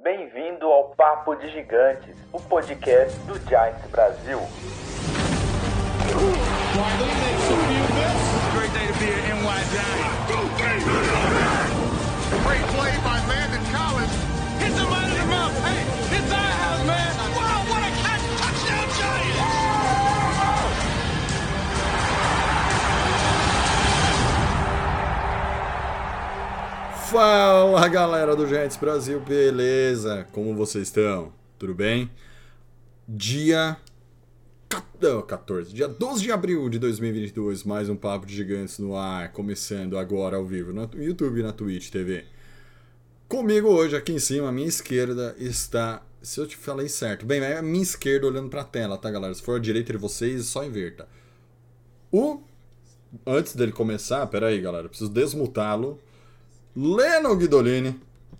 Bem-vindo ao Papo de Gigantes, o podcast do Giants Brasil. Fala galera do Giants Brasil, beleza? Como vocês estão? Tudo bem? Dia 12 de abril de 2022, mais um Papo de Gigantes no ar, começando agora ao vivo no YouTube e na Twitch TV. Comigo hoje, aqui em cima, à minha esquerda, está... Se eu te falei certo, bem, é a minha esquerda olhando pra tela, tá galera? Se for a direita de vocês, só inverta. Antes dele começar, pera aí galera, preciso desmutá-lo. Lennon Guidolini.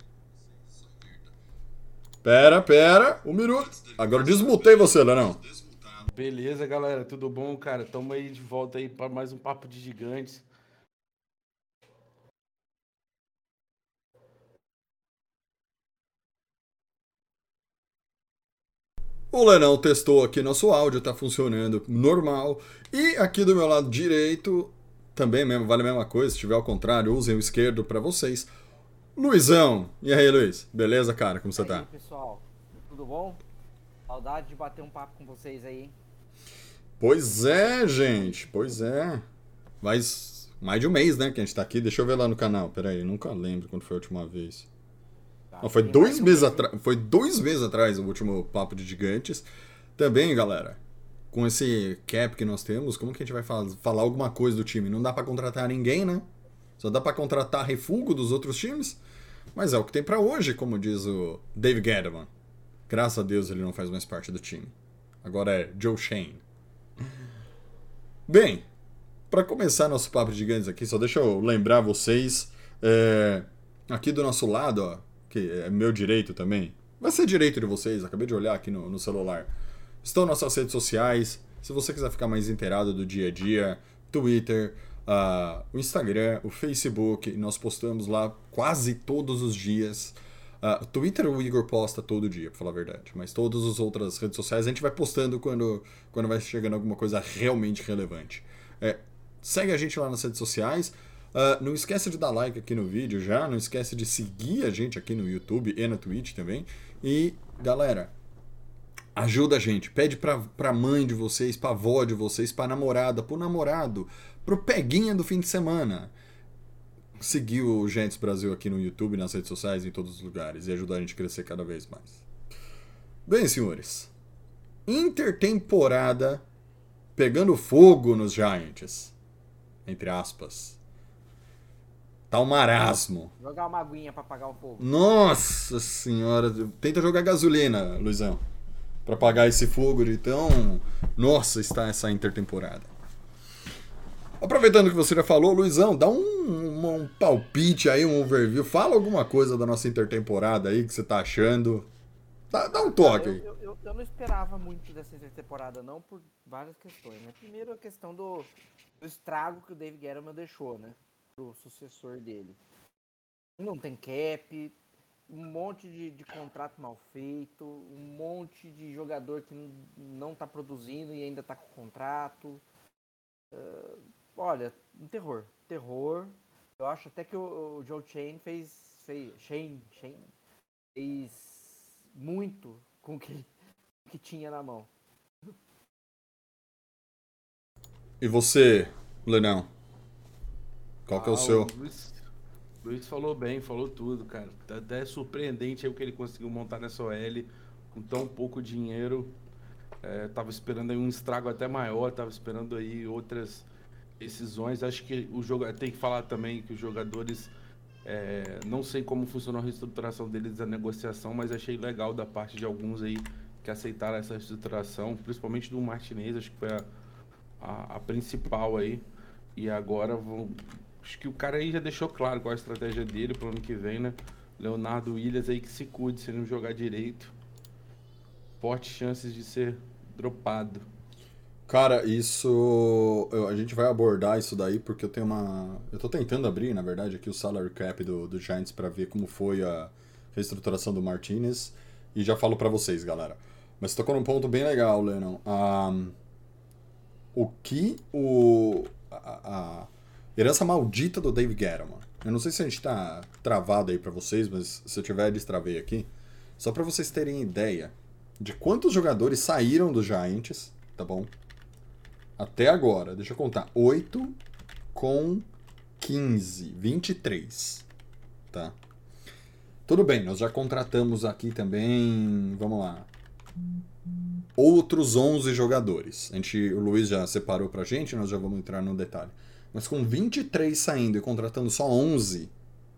Pera, um minuto. Agora desmutei você, Lennon. Beleza, galera, tudo bom, cara? Tamo aí de volta aí para mais um Papo de Gigantes. O Lennon testou aqui nosso áudio, tá funcionando normal. E aqui do meu lado direito, também mesmo, vale a mesma coisa, se tiver ao contrário, usem o esquerdo pra vocês. Luizão, e aí Luiz? Beleza, cara? Como você tá? E aí, pessoal, tudo bom? Saudade de bater um papo com vocês aí. Pois é, gente, pois é. Mas mais de um mês, né, que a gente tá aqui. Deixa eu ver lá no canal, peraí, eu nunca lembro quando foi a última vez. Não, foi 2 meses atrás. Foi 2 meses atrás o último Papo de Gigantes. Também, galera, com esse cap que nós temos, como que a gente vai falar alguma coisa do time? Não dá pra contratar ninguém, né? Só dá pra contratar refúgio dos outros times. Mas é o que tem pra hoje, como diz o Dave Gettleman. Graças a Deus ele não faz mais parte do time. Agora é Joe Shane. Bem, pra começar nosso Papo de Gigantes aqui, só deixa eu lembrar vocês. Aqui do nosso lado, ó, que é meu direito também. Vai ser direito de vocês, acabei de olhar aqui no celular. Estão nossas redes sociais. Se você quiser ficar mais inteirado do dia a dia, Twitter, o Instagram, o Facebook, nós postamos lá quase todos os dias. Twitter o Igor posta todo dia, pra falar a verdade. Mas todas as outras redes sociais a gente vai postando quando vai chegando alguma coisa realmente relevante. Segue a gente lá nas redes sociais. Não esquece de dar like aqui no vídeo já. Não esquece de seguir a gente aqui no YouTube e na Twitch também. E, galera, ajuda a gente. Pede pra mãe de vocês, pra avó de vocês, pra namorada, pro namorado, pro peguinha do fim de semana. Seguir o Giants Brasil aqui no YouTube, nas redes sociais, em todos os lugares. E ajudar a gente a crescer cada vez mais. Bem, senhores. Intertemporada pegando fogo nos Giants. Entre aspas. Tá um marasmo. Jogar uma aguinha pra apagar o fogo. Nossa senhora. Tenta jogar gasolina, Luizão. Pra apagar esse fogo de tão... Nossa, está essa intertemporada. Aproveitando que você já falou, Luizão, dá um palpite aí, um overview. Fala alguma coisa da nossa intertemporada aí que você tá achando. Dá um toque aí. Eu não esperava muito dessa intertemporada não, por várias questões, né? Primeiro a questão do estrago que o Dave Gettleman deixou, né? Pro sucessor dele. Não tem cap, um monte de contrato mal feito, um monte de jogador que não tá produzindo e ainda tá com contrato. Olha, um terror. Eu acho até que o Joe Shane fez muito com o que tinha na mão. E você, Lenão? Qual que é o seu? O Luiz falou bem, falou tudo, cara. Tá até surpreendente aí o que ele conseguiu montar nessa OL com tão pouco dinheiro. Tava esperando aí um estrago até maior, tava esperando aí outras decisões. Acho que o jogo tem que falar também que os jogadores, não sei como funcionou a reestruturação deles, a negociação, mas achei legal da parte de alguns aí que aceitaram essa reestruturação, principalmente do Martinez, acho que foi a principal aí. E agora acho que o cara aí já deixou claro qual é a estratégia dele pro ano que vem, né? Leonardo Williams aí que se cuide se não jogar direito. Fortes chances de ser dropado. Cara, isso... A gente vai abordar isso daí porque eu tenho eu tô tentando abrir, na verdade, aqui o salary cap do Giants pra ver como foi a reestruturação do Martinez, e já falo pra vocês, galera. Mas você tocou num ponto bem legal, Lennon. O que a herança maldita do Dave Gettleman. Eu não sei se a gente tá travado aí pra vocês, mas se eu tiver, destravei aqui. Só pra vocês terem ideia de quantos jogadores saíram dos Giants, tá bom? Até agora, deixa eu contar. 8 com 15, 23, tá? Tudo bem, nós já contratamos aqui também, vamos lá, outros 11 jogadores. O Luiz já separou pra gente, nós já vamos entrar no detalhe. Mas com 23 saindo e contratando só 11,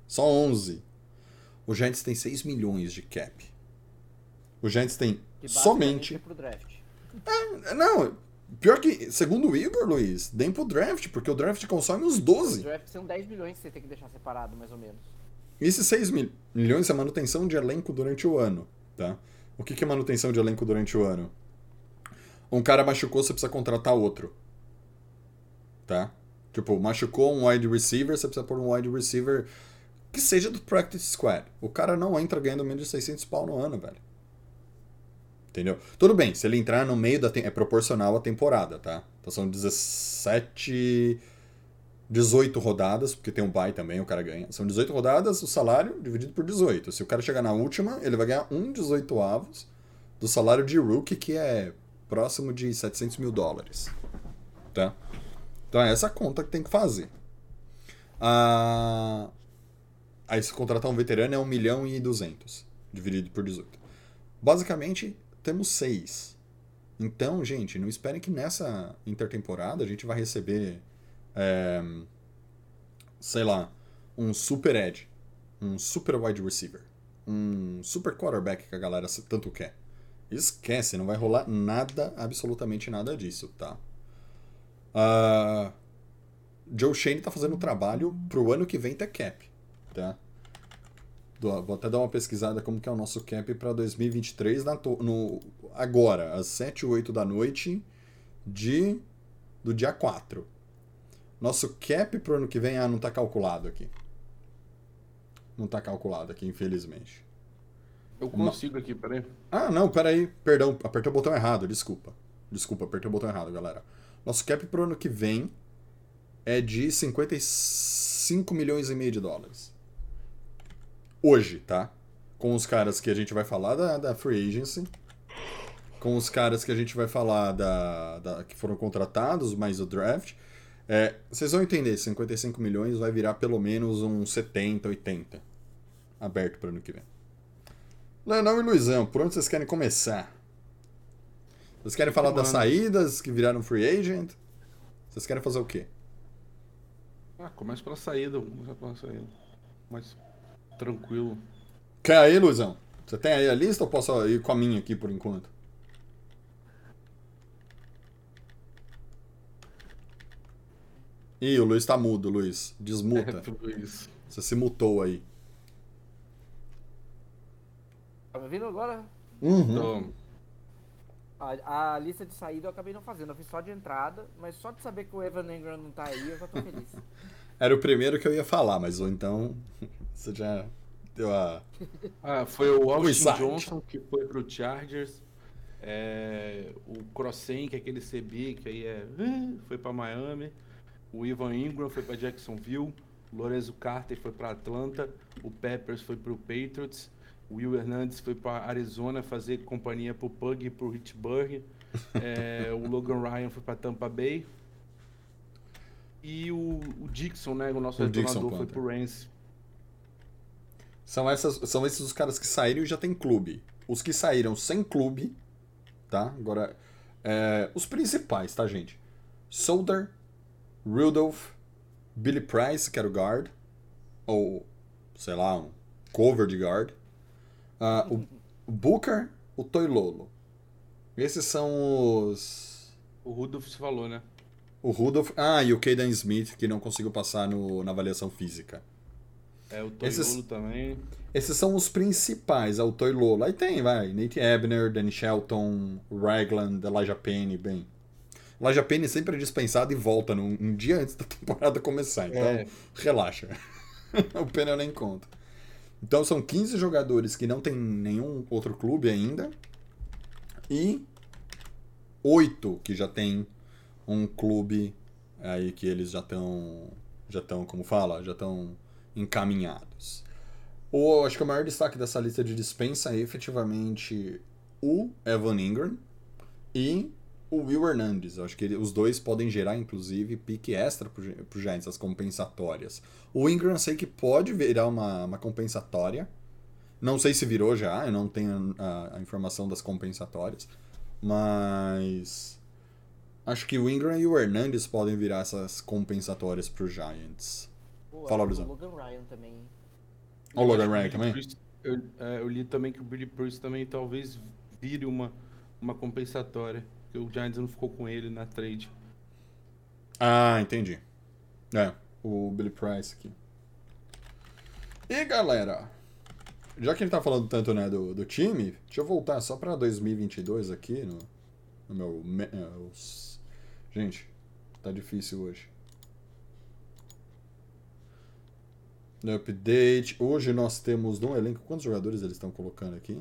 o Giants tem 6 milhões de cap. O Giants tem somente... Pro draft. Não, pior que, segundo o Igor, Luiz, nem pro draft, porque o draft consome uns 12. O draft são 10 milhões que você tem que deixar separado, mais ou menos. Esses 6 milhões é manutenção de elenco durante o ano, tá? O que é manutenção de elenco durante o ano? Um cara machucou, você precisa contratar outro, tá? Tipo, machucou um wide receiver, você precisa pôr um wide receiver que seja do practice squad. O cara não entra ganhando menos de 600 pau no ano, velho. Entendeu? Tudo bem, se ele entrar no meio da... É proporcional à temporada, tá? Então são 18 rodadas, porque tem um bye também, o cara ganha. São 18 rodadas, o salário dividido por 18. Se o cara chegar na última, ele vai ganhar 1/18 do salário de rookie, que é próximo de $700 mil. Tá? Então é essa conta que tem que fazer. Aí se contratar um veterano é 1.200.000, dividido por 18. Basicamente, temos 6. Então, gente, não esperem que nessa intertemporada a gente vai receber... sei lá, um super edge, um super wide receiver, um super quarterback que a galera tanto quer. Esquece, não vai rolar nada, absolutamente nada disso, tá? Joe Shane tá fazendo um trabalho pro ano que vem ter cap, tá? Vou até dar uma pesquisada como que é o nosso cap para 2023 agora, às 7 ou 8 da noite do dia 4. Nosso cap pro ano que vem, não tá calculado aqui. Não tá calculado aqui, infelizmente. Eu consigo aqui, peraí. Não, peraí. Perdão, apertei o botão errado, desculpa. Apertei o botão errado, galera. Nosso cap pro ano que vem é de 55 milhões e meio de dólares. Hoje, tá? Com os caras que a gente vai falar da Free Agency. Com os caras que a gente vai falar que foram contratados, mais o draft. Vocês vão entender, 55 milhões vai virar pelo menos uns 70, 80 aberto para o ano que vem. Leonão e Luizão, por onde vocês querem começar? Vocês querem falar das saídas que viraram free agent? Vocês querem fazer o quê? Começa pela saída, mais tranquilo. Quer aí, Luizão? Você tem aí a lista ou posso ir com a minha aqui por enquanto? Ih, o Luiz tá mudo, Luiz. Desmuta. Tudo isso. Você se mutou aí. Tá me ouvindo agora? Então, A lista de saída eu acabei não fazendo, eu fiz só de entrada, mas só de saber que o Evan Engram não tá aí, eu já tô feliz. Era o primeiro que eu ia falar, mas ou então você já deu a... foi o Austin insight. Johnson que foi pro Chargers. O Crossen, que é aquele CB, que aí foi pra Miami. O Evan Engram foi pra Jacksonville. O Lorenzo Carter foi pra Atlanta. O Peppers foi pro Patriots. O Will Hernandez foi para Arizona fazer companhia pro Pug e pro Hitchburg. O Logan Ryan foi para Tampa Bay. E o Dixon, né, o nosso retornador, foi pro Rams. São esses os caras que saíram e já tem clube. Os que saíram sem clube, tá? Agora, os principais, tá, gente? Solder, Rudolph, Billy Price, que era o guard, ou, sei lá, um cover de guard. O Booker, o Toilolo. Esses são os... O Rudolph se falou, né? O Rudolph... e o Caden Smith, que não conseguiu passar na avaliação física. O Toilolo também. Esses são os principais, o Toilolo. Aí tem, Nate Ebner, Danny Shelton, Ragland, Elijah Penny, bem... Elijah Penny sempre é dispensado e volta um dia antes da temporada começar, então relaxa. O Penny eu nem conto. Então são 15 jogadores que não tem nenhum outro clube ainda e 8 que já tem um clube aí que eles já estão, como fala, já estão encaminhados. Acho que o maior destaque dessa lista de dispensa é efetivamente o Evan Ingram e o Will Hernandez. Eu acho que os dois podem gerar, inclusive, pique extra pro Giants, as compensatórias. O Ingram eu sei que pode virar uma compensatória. Não sei se virou já, eu não tenho a informação das compensatórias. Mas acho que o Ingram e o Hernandez podem virar essas compensatórias pro Giants. Fala, O Luizão. Logan Ryan também. O Logan Ryan também? Eu li também que o Billy Priest também talvez vire uma compensatória. Porque o Giants não ficou com ele na trade. Ah, entendi. O Billy Price aqui. E galera, já que a gente tá falando tanto, né, do time, deixa eu voltar só pra 2022 aqui no meu... Gente, tá difícil hoje. No update, hoje nós temos no elenco, quantos jogadores eles estão colocando aqui?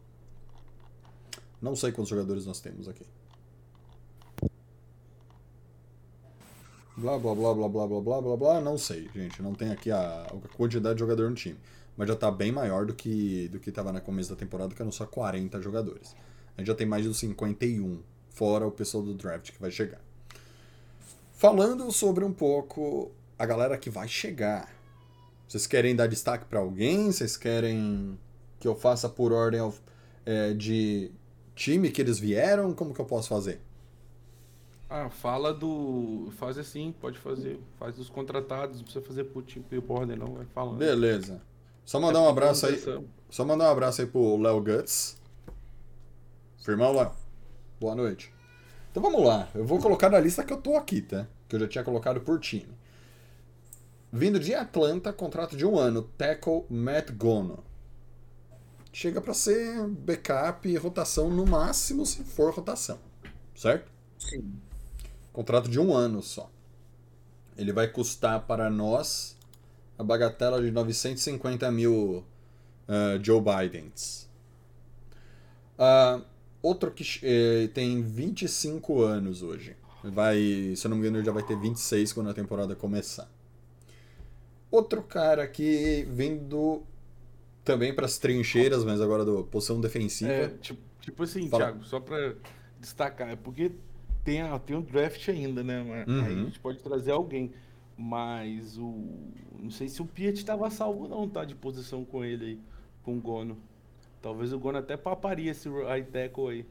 Não sei quantos jogadores nós temos aqui. Blá, blá, blá, blá, blá, blá, blá, blá, blá, não sei, gente, não tem aqui a quantidade de jogador no time. Mas já tá bem maior do que tava no começo da temporada, que eram só 40 jogadores. A gente já tem mais de 51, fora o pessoal do draft que vai chegar. Falando sobre um pouco a galera que vai chegar. Vocês querem dar destaque pra alguém? Vocês querem que eu faça por ordem de time que eles vieram? Como que eu posso fazer? Faz assim, pode fazer. Faz dos contratados, não precisa fazer por time e por ordem, não. Vai falando. Beleza. Só mandar um abraço aí. Só mandar um abraço aí pro Léo Guts. Firmão, Léo. Boa noite. Então vamos lá. Eu vou colocar na lista que eu tô aqui, tá? Que eu já tinha colocado por time. Vindo de Atlanta, contrato de 1 ano. Tackle Matt Gono. Chega pra ser backup e rotação no máximo, se for rotação. Certo? Sim. Contrato de 1 ano só. Ele vai custar para nós a bagatela de 950 mil Joe Bidens. Outro que tem 25 anos hoje. Se eu não me engano, ele já vai ter 26 quando a temporada começar. Outro cara aqui vindo também para as trincheiras, mas agora da posição defensiva. Tipo assim, Fala. Thiago, só pra destacar, é porque tem um draft ainda, né? Aí a gente pode trazer alguém. Mas não sei se o Piet estava salvo não, tá? De posição com ele aí, com o Gono. Talvez o Gono até paparia esse right tackle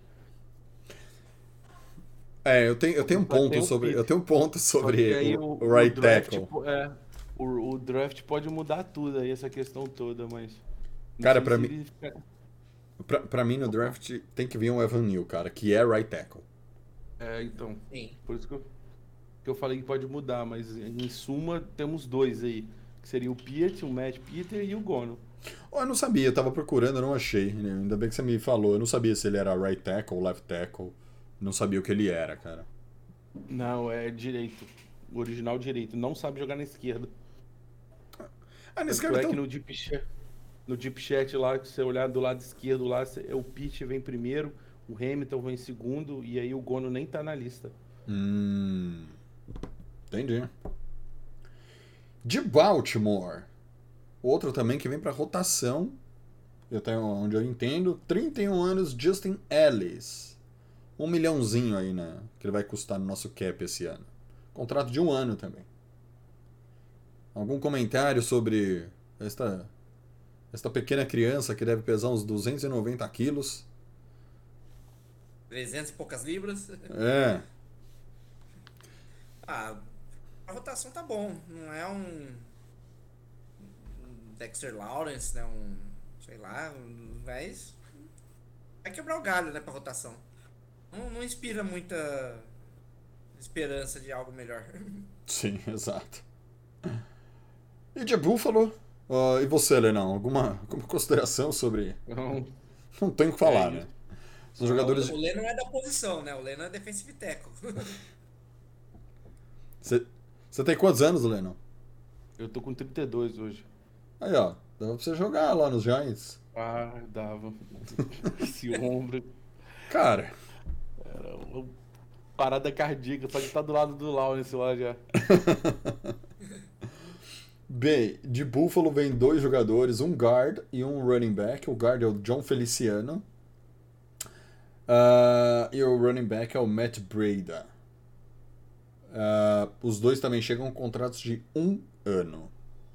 aí. Eu tenho um ponto sobre. Eu tenho um ponto sobre aí o right draft, tackle. O draft pode mudar tudo aí, essa questão toda, mas. Cara, pra mim no draft tem que vir um Evan Neal, cara, que é right tackle. Então. Sim. Por isso que eu falei que pode mudar, mas em suma temos dois aí. Que seria o Piet, o Matt Peter e o Gono. Eu não sabia, eu tava procurando, eu não achei. Ainda bem que você me falou. Eu não sabia se ele era right tackle ou left tackle. Não sabia o que ele era, cara. Não, é direito. O original direito. Não sabe jogar na esquerda. Nesse Tanto cara é que no deep chat lá, se você olhar do lado esquerdo lá, o Pitt vem primeiro, o Hamilton vem segundo, e aí o Gono nem tá na lista. Entendi. De Baltimore. Outro também que vem pra rotação. Até onde eu entendo. 31 anos, Justin Ellis. 1 milhãozinho aí, né? Que ele vai custar no nosso cap esse ano. Contrato de 1 ano também. Algum comentário sobre esta pequena criança que deve pesar uns 290 quilos? 300 e poucas libras. A rotação tá bom. Não é um Dexter Lawrence, né? Sei lá, mas vai quebrar o galho, né, pra rotação. Não inspira muita esperança de algo melhor. Sim, exato. E de Buffalo? E você, Lenão? Alguma consideração sobre... Não tenho o que falar, né? São jogadores... O Lennon é da posição, né? O Lennon é defensive tackle. Você tem quantos anos, Lennon? Eu tô com 32 hoje. Aí, ó. Dava pra você jogar lá nos Giants. Ah, dava. Esse ombro Cara, era uma parada cardíaca, só que tá do lado do Lawrence lá já. bem, de Buffalo vem 2 jogadores, um guard e um running back. O guard é o John Feliciano. E o running back é o Matt Breida. Os dois também chegam com contratos de 1 ano.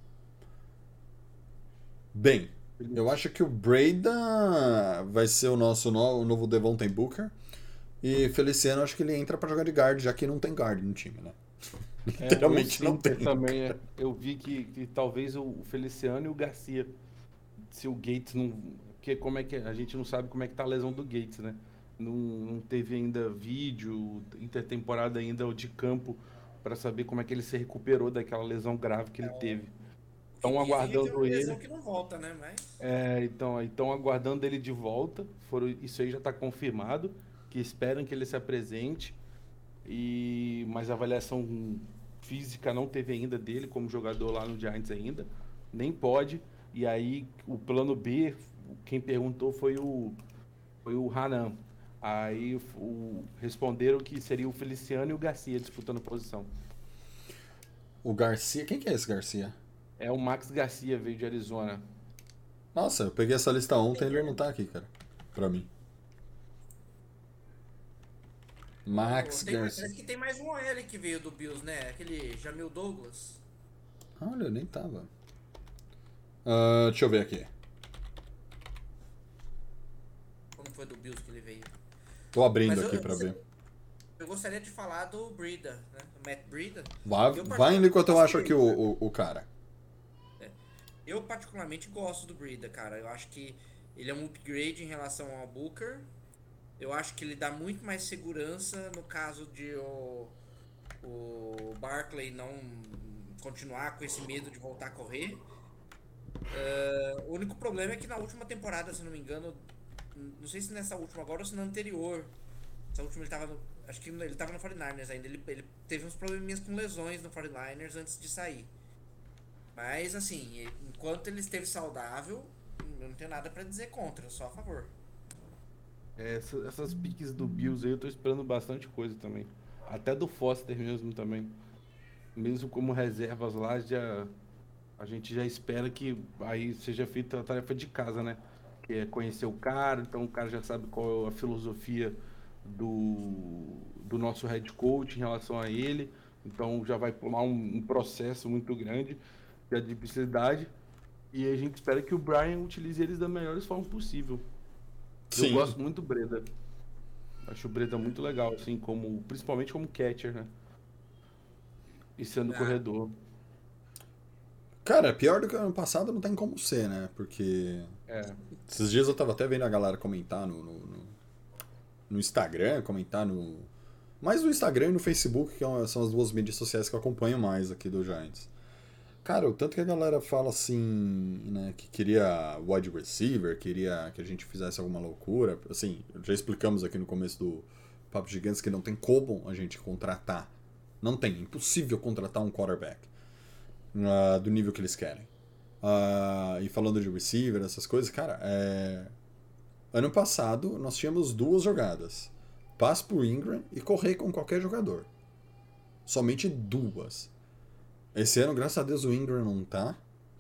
Bem, eu acho que o Breida vai ser o nosso o novo Devontae Booker. E Feliciano, acho que ele entra pra jogar de guard, já que não tem guard no time, né? Literalmente O não center tem. também eu vi que talvez o Feliciano e o Garcia, se o Gates não, porque como é que a gente não sabe como é que tá a lesão do Gates, né? Não teve ainda vídeo intertemporada ainda de campo para saber como é que ele se recuperou daquela lesão grave que ele teve. Que Estão dizem que é uma aguardando lesão ele. que não volta, né? Mas. Então, estão aguardando ele de volta. Isso aí já está confirmado, que esperam que ele se apresente. Mas a avaliação física não teve ainda dele como jogador lá no Giants ainda, nem pode. E aí o plano B, quem perguntou foi o Hanan. Aí responderam que seria o Feliciano e o Garcia disputando posição. O Garcia, quem que é esse Garcia? É o Max Garcia, veio de Arizona. Nossa, eu peguei essa lista ontem e ele não tá aqui, cara. Pra mim. Max Garcia. Parece que tem mais um OL que veio do Bills, né? Aquele Jamil Douglas. Olha, eu nem tava. Deixa eu ver aqui. Como foi do Bills que ele veio? Tô abrindo Mas aqui pra ver. Eu gostaria de falar do Breida, né? Do Matt Breida. Vai indo enquanto eu acho aqui o cara. Eu particularmente gosto do Breida, cara. Eu acho que ele é um upgrade em relação ao Booker. Eu acho que ele dá muito mais segurança no caso de o Barkley não continuar com esse medo de voltar a correr. O único problema é que na última temporada, se não me engano, não sei se nessa última agora ou se na anterior, essa última ele tava acho que ele tava no 49ers ainda, ele teve uns probleminhas com lesões no 49ers antes de sair. Mas assim, enquanto ele esteve saudável, eu não tenho nada pra dizer contra, só a favor. Essas piques do Bills aí eu tô esperando bastante coisa também. Até do Foster mesmo também. Mesmo como reservas lá, a gente já espera que aí seja feita a tarefa de casa, né? Que é conhecer o cara, então o cara já sabe qual é a filosofia do nosso head coach em relação a ele. Então já vai tomar um processo muito grande de adversidade. E a gente espera que o Brian utilize eles da melhor forma possível. Sim. Eu gosto muito do Breda. Acho o Breda muito legal, assim, principalmente como catcher, né? E sendo corredor. Cara, pior do que o ano passado não tem como ser, né? Porque esses dias eu tava até vendo a galera comentar no Instagram, mais no Instagram e no Facebook, que são as duas mídias sociais que eu acompanho mais aqui do Giants. Cara, o tanto que a galera fala assim, né, que queria wide receiver, queria que a gente fizesse alguma loucura. Assim, já explicamos aqui no começo do Papo Gigantes que não tem como a gente contratar. Não tem, impossível contratar um quarterback do nível que eles querem. E falando de receiver, essas coisas, cara, ano passado nós tínhamos 2 jogadas. Passe pro Ingram e correr com qualquer jogador. Somente 2. Esse ano, graças a Deus, o Ingram não tá.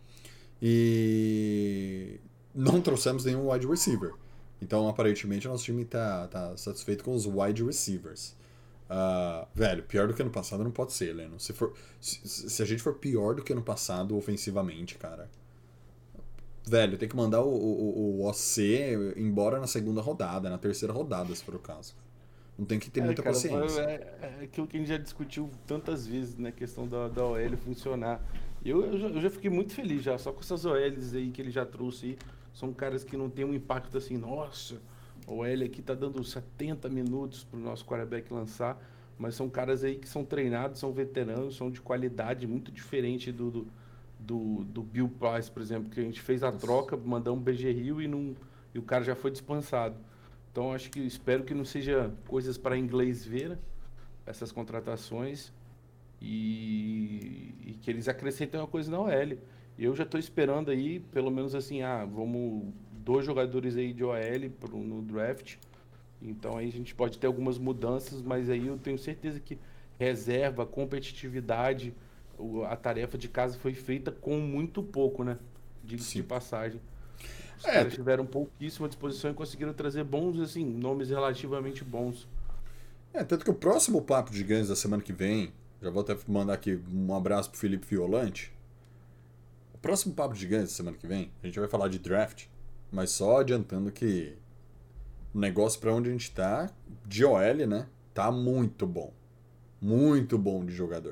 E não trouxemos nenhum wide receiver. Então, aparentemente, o nosso time tá satisfeito com os wide receivers. Velho, pior do que ano passado não pode ser, Leno. Se a gente for pior do que ano passado ofensivamente, cara. Velho, tem que mandar o OC embora na segunda rodada, na terceira rodada, se for o caso. Não tem que ter muita paciência. É aquilo que a gente já discutiu tantas vezes, né? A questão da OL funcionar. Eu já fiquei muito feliz já, só com essas OLs aí que ele já trouxe aí. São caras que não tem um impacto assim, nossa, o OL aqui tá dando 70 minutos pro nosso quarterback lançar. Mas são caras aí que são treinados, são veteranos, são de qualidade muito diferente do Bill Price, por exemplo, que a gente fez a troca, mandamos um BG Hill e o cara já foi dispensado. Então acho que espero que não seja coisas para inglês ver, né, essas contratações, e que eles acrescentem uma coisa na OL. E eu já tô esperando aí, pelo menos assim, vamos 2 jogadores aí de OL no draft. Então aí a gente pode ter algumas mudanças, mas aí eu tenho certeza que reserva, competitividade, a tarefa de casa foi feita com muito pouco, né? Diga-se de Sim. passagem. Os É, caras tiveram pouquíssima disposição e conseguiram trazer bons, assim, nomes relativamente bons. tanto que o próximo Papo de Gigantes da semana que vem, já vou até mandar aqui um abraço pro Felipe Violante. O próximo Papo de Gigantes da semana que vem, a gente vai falar de draft, mas só adiantando que o negócio pra onde a gente tá, de OL, né, tá muito bom. Muito bom de jogador.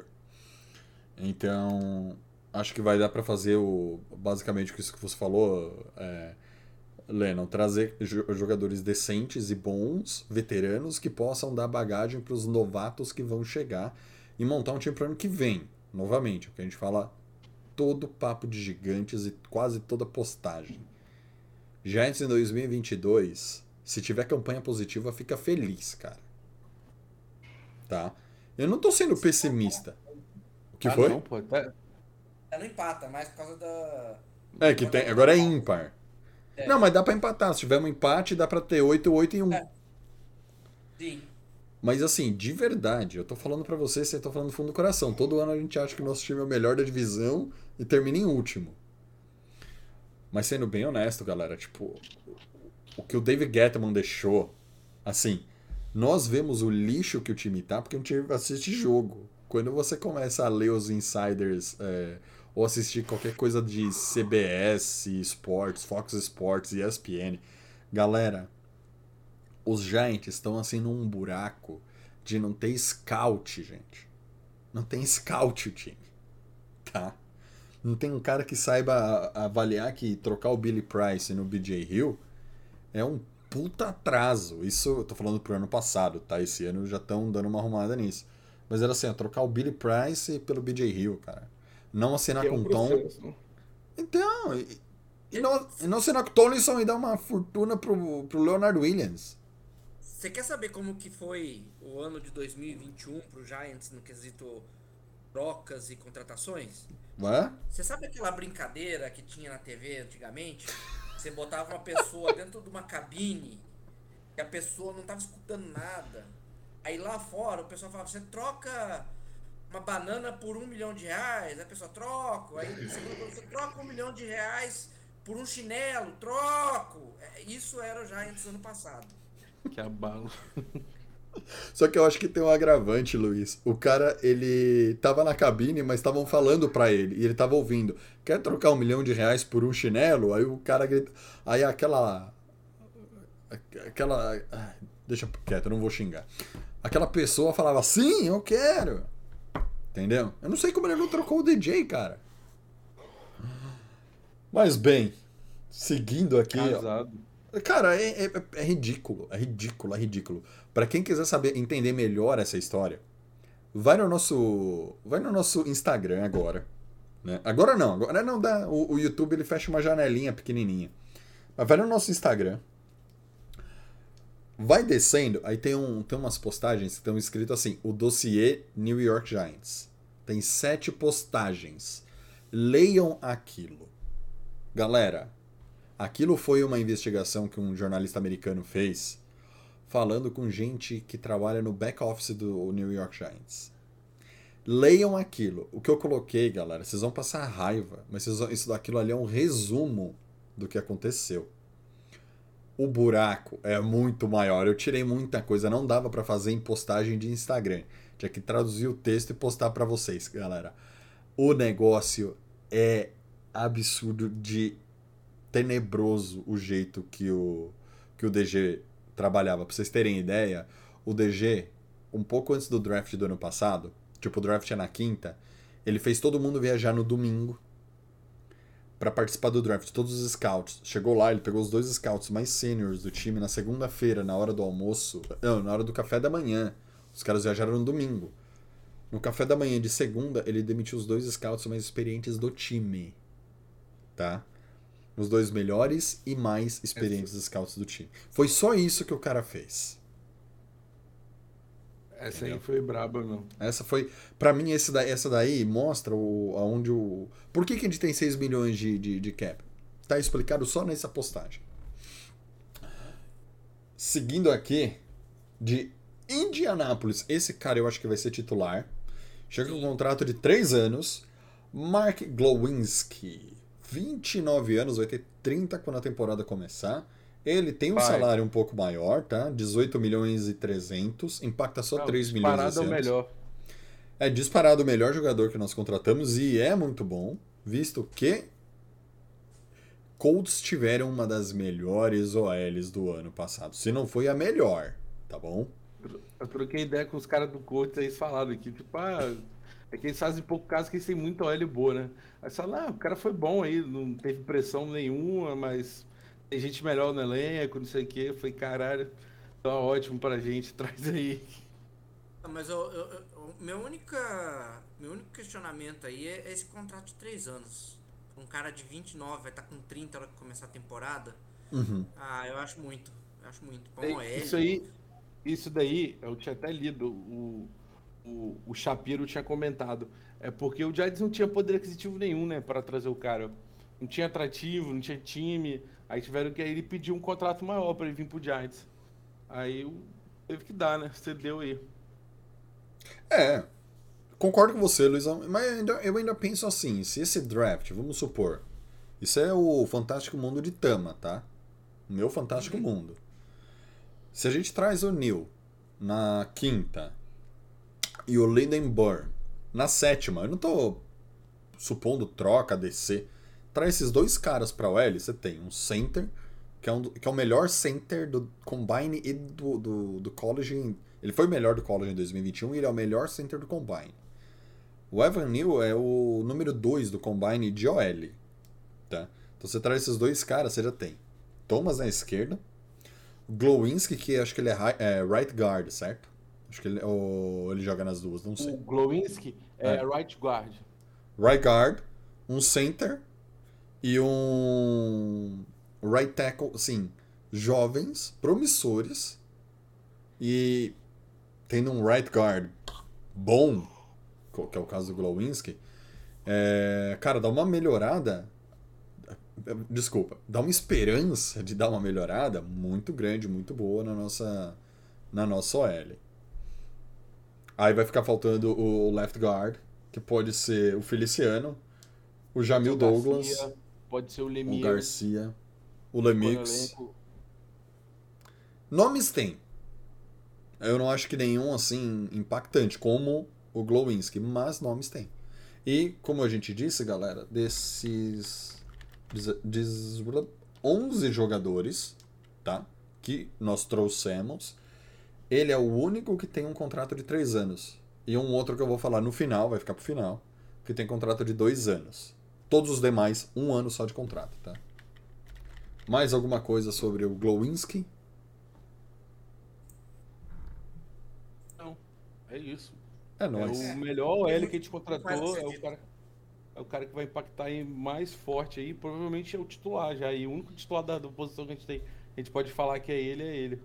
Então, acho que vai dar pra fazer basicamente isso que você falou, Lennon, trazer jogadores decentes e bons, veteranos, que possam dar bagagem para os novatos que vão chegar e montar um time para o ano que vem. Novamente, o que a gente fala todo papo de gigantes e quase toda postagem. Giants em 2022, se tiver campanha positiva, fica feliz, cara. Tá? Eu não tô sendo pessimista. O que foi? Não, pô. Ela não empata, mas por causa da. É que tem, agora é ímpar. Não, mas dá pra empatar. Se tiver um empate, dá pra ter 8 e 1. Sim. Mas assim, de verdade, eu tô falando pra vocês, eu tô falando do fundo do coração. Todo ano a gente acha que o nosso time é o melhor da divisão e termina em último. Mas sendo bem honesto, galera, tipo, o que o David Gettman deixou, assim, nós vemos o lixo que o time tá porque o time assiste jogo. Quando você começa a ler os insiders ou assistir qualquer coisa de CBS Sports, Fox Sports e ESPN, galera, os Giants estão assim num buraco de não ter scout, gente. Não tem scout o time, tá? Não tem um cara que saiba avaliar que trocar o Billy Price no BJ Hill é um puta atraso. Isso eu tô falando pro ano passado, tá? Esse ano já estão dando uma arrumada nisso. Mas era assim, trocar o Billy Price pelo BJ Hill, cara. Não assinar Que é com um o Tom. processo. Então, e não assinar com o Tomlinson e dar uma fortuna pro Leonard Williams. Você quer saber como que foi o ano de 2021 pro Giants no quesito trocas e contratações? Ué? Você sabe aquela brincadeira que tinha na TV antigamente? Você botava uma pessoa dentro de uma cabine e a pessoa não tava escutando nada. Aí lá fora o pessoal falava, você troca uma banana por R$1 milhão. Aí a pessoa troca. Aí você troca R$1 milhão por um chinelo, troco. Isso era o Giants ano passado. Que abalo. Só que eu acho que tem um agravante, Luiz. O cara, ele tava na cabine, mas estavam falando pra ele. E ele tava ouvindo. Quer trocar R$1 milhão por um chinelo? Aí o cara grita. Aí aquela. Deixa quieto, eu não vou xingar. Aquela pessoa falava, sim, eu quero. Entendeu? Eu não sei como ele não trocou o DJ, cara. Mas bem, seguindo aqui. Casado. Cara, é ridículo, é ridículo, é ridículo. Pra quem quiser saber, entender melhor essa história, vai no nosso Instagram agora, né? Agora não dá. O YouTube ele fecha uma janelinha pequenininha. Mas vai no nosso Instagram, vai descendo, aí tem umas postagens que estão escritas assim, o dossiê New York Giants. Tem 7 postagens. Leiam aquilo. Galera, aquilo foi uma investigação que um jornalista americano fez, falando com gente que trabalha no back office do New York Giants. Leiam aquilo. O que eu coloquei, galera, vocês vão passar raiva, mas isso daquilo ali é um resumo do que aconteceu. O buraco é muito maior. Eu tirei muita coisa, não dava pra fazer em postagem de Instagram. Tinha que traduzir o texto e postar pra vocês, galera. O negócio é absurdo de tenebroso o jeito que o DG trabalhava. Pra vocês terem ideia, o DG, um pouco antes do draft do ano passado, tipo, o draft é na quinta, ele fez todo mundo viajar no domingo pra participar do draft, todos os scouts. Chegou lá, ele pegou os 2 scouts mais seniors do time na segunda-feira, na hora do almoço, não, na hora do café da manhã. Os caras viajaram no domingo. No café da manhã de segunda, ele demitiu os 2 scouts mais experientes do time. Tá? Os 2 melhores e mais experientes scouts do time. Foi só isso que o cara fez. Essa Entendeu? aí foi braba, não. Essa foi. Pra mim, essa daí mostra aonde o. Por que a gente tem 6 milhões de cap? Tá explicado só nessa postagem. Seguindo aqui, de Indianápolis, esse cara eu acho que vai ser titular. Chega com um contrato de 3 anos. Mark Glowinski, 29 anos, vai ter 30 quando a temporada começar. Ele tem um Vai. salário um pouco maior, tá? 18 milhões e 300, impacta só 3 milhões Disparado esse é o ano. melhor. É disparado o melhor jogador que nós contratamos e é muito bom, visto que Colts tiveram uma das melhores OLs do ano passado. Se não foi a melhor, tá bom? Eu troquei ideia com os caras do Colts, aí eles falaram aqui, tipo, é que eles fazem pouco caso que eles têm muita OL boa, né? Aí eles falaram, o cara foi bom aí, não teve pressão nenhuma, mas tem gente melhor no elenco, não sei o quê. Eu falei, caralho, tá ótimo pra gente, traz aí. Mas meu único questionamento aí é esse contrato de 3 anos. Um cara de 29 vai estar com 30 na hora que começar a temporada. Uhum. Eu acho muito. Pra um OL. Isso daí, eu tinha até lido, o Shapiro tinha comentado. É porque o Giants não tinha poder aquisitivo nenhum, né, para trazer o cara. Não tinha atrativo, não tinha time. Aí tiveram que ele pedir um contrato maior para ele vir pro Giants. Aí teve que dar, né? Cedeu aí. É, concordo com você, Luizão, mas eu ainda penso assim, se esse draft, vamos supor, isso é o Fantástico Mundo de Tama, tá? O meu Fantástico Mundo. Se a gente traz o Neil na quinta e o Linden Burn na sétima, eu não tô supondo troca, DC, traz esses dois caras pra OL, você tem um center, que é o melhor center do Combine e do College. Ele foi o melhor do College em 2021 e ele é o melhor center do Combine. O Evan Neal é o número 2 do Combine de OL. Tá? Então você traz esses dois caras, você já tem Thomas na esquerda, Glowinski, que acho que ele é right guard, certo? Acho que ou ele joga nas duas, não sei. O Glowinski é right guard. Right guard, um center e um right tackle, assim, jovens, promissores, e tendo um right guard bom, que é o caso do Glowinski, cara, dá uma melhorada, desculpa, dá uma esperança de dar uma melhorada muito grande, muito boa na nossa OL. Aí vai ficar faltando o left guard, que pode ser o Feliciano, o Jamil Douglas, Garcia, pode ser o o Lemieux. Garcia, o Lemix. Nomes tem. Eu não acho que nenhum assim impactante como o Glowinski, mas nomes tem. E como a gente disse, galera, desses 11 jogadores, tá? Que nós trouxemos, ele é o único que tem um contrato de 3 anos. E um outro que eu vou falar no final, vai ficar pro final, que tem contrato de 2 anos. Todos os demais, 1 ano só de contrato, tá? Mais alguma coisa sobre o Glowinski? Não, é isso. É nóis. O melhor OL que a gente Faz contratou sentido. é o cara que vai impactar aí mais forte aí. Provavelmente é o titular já. E o único titular da posição que a gente tem, a gente pode falar que é ele.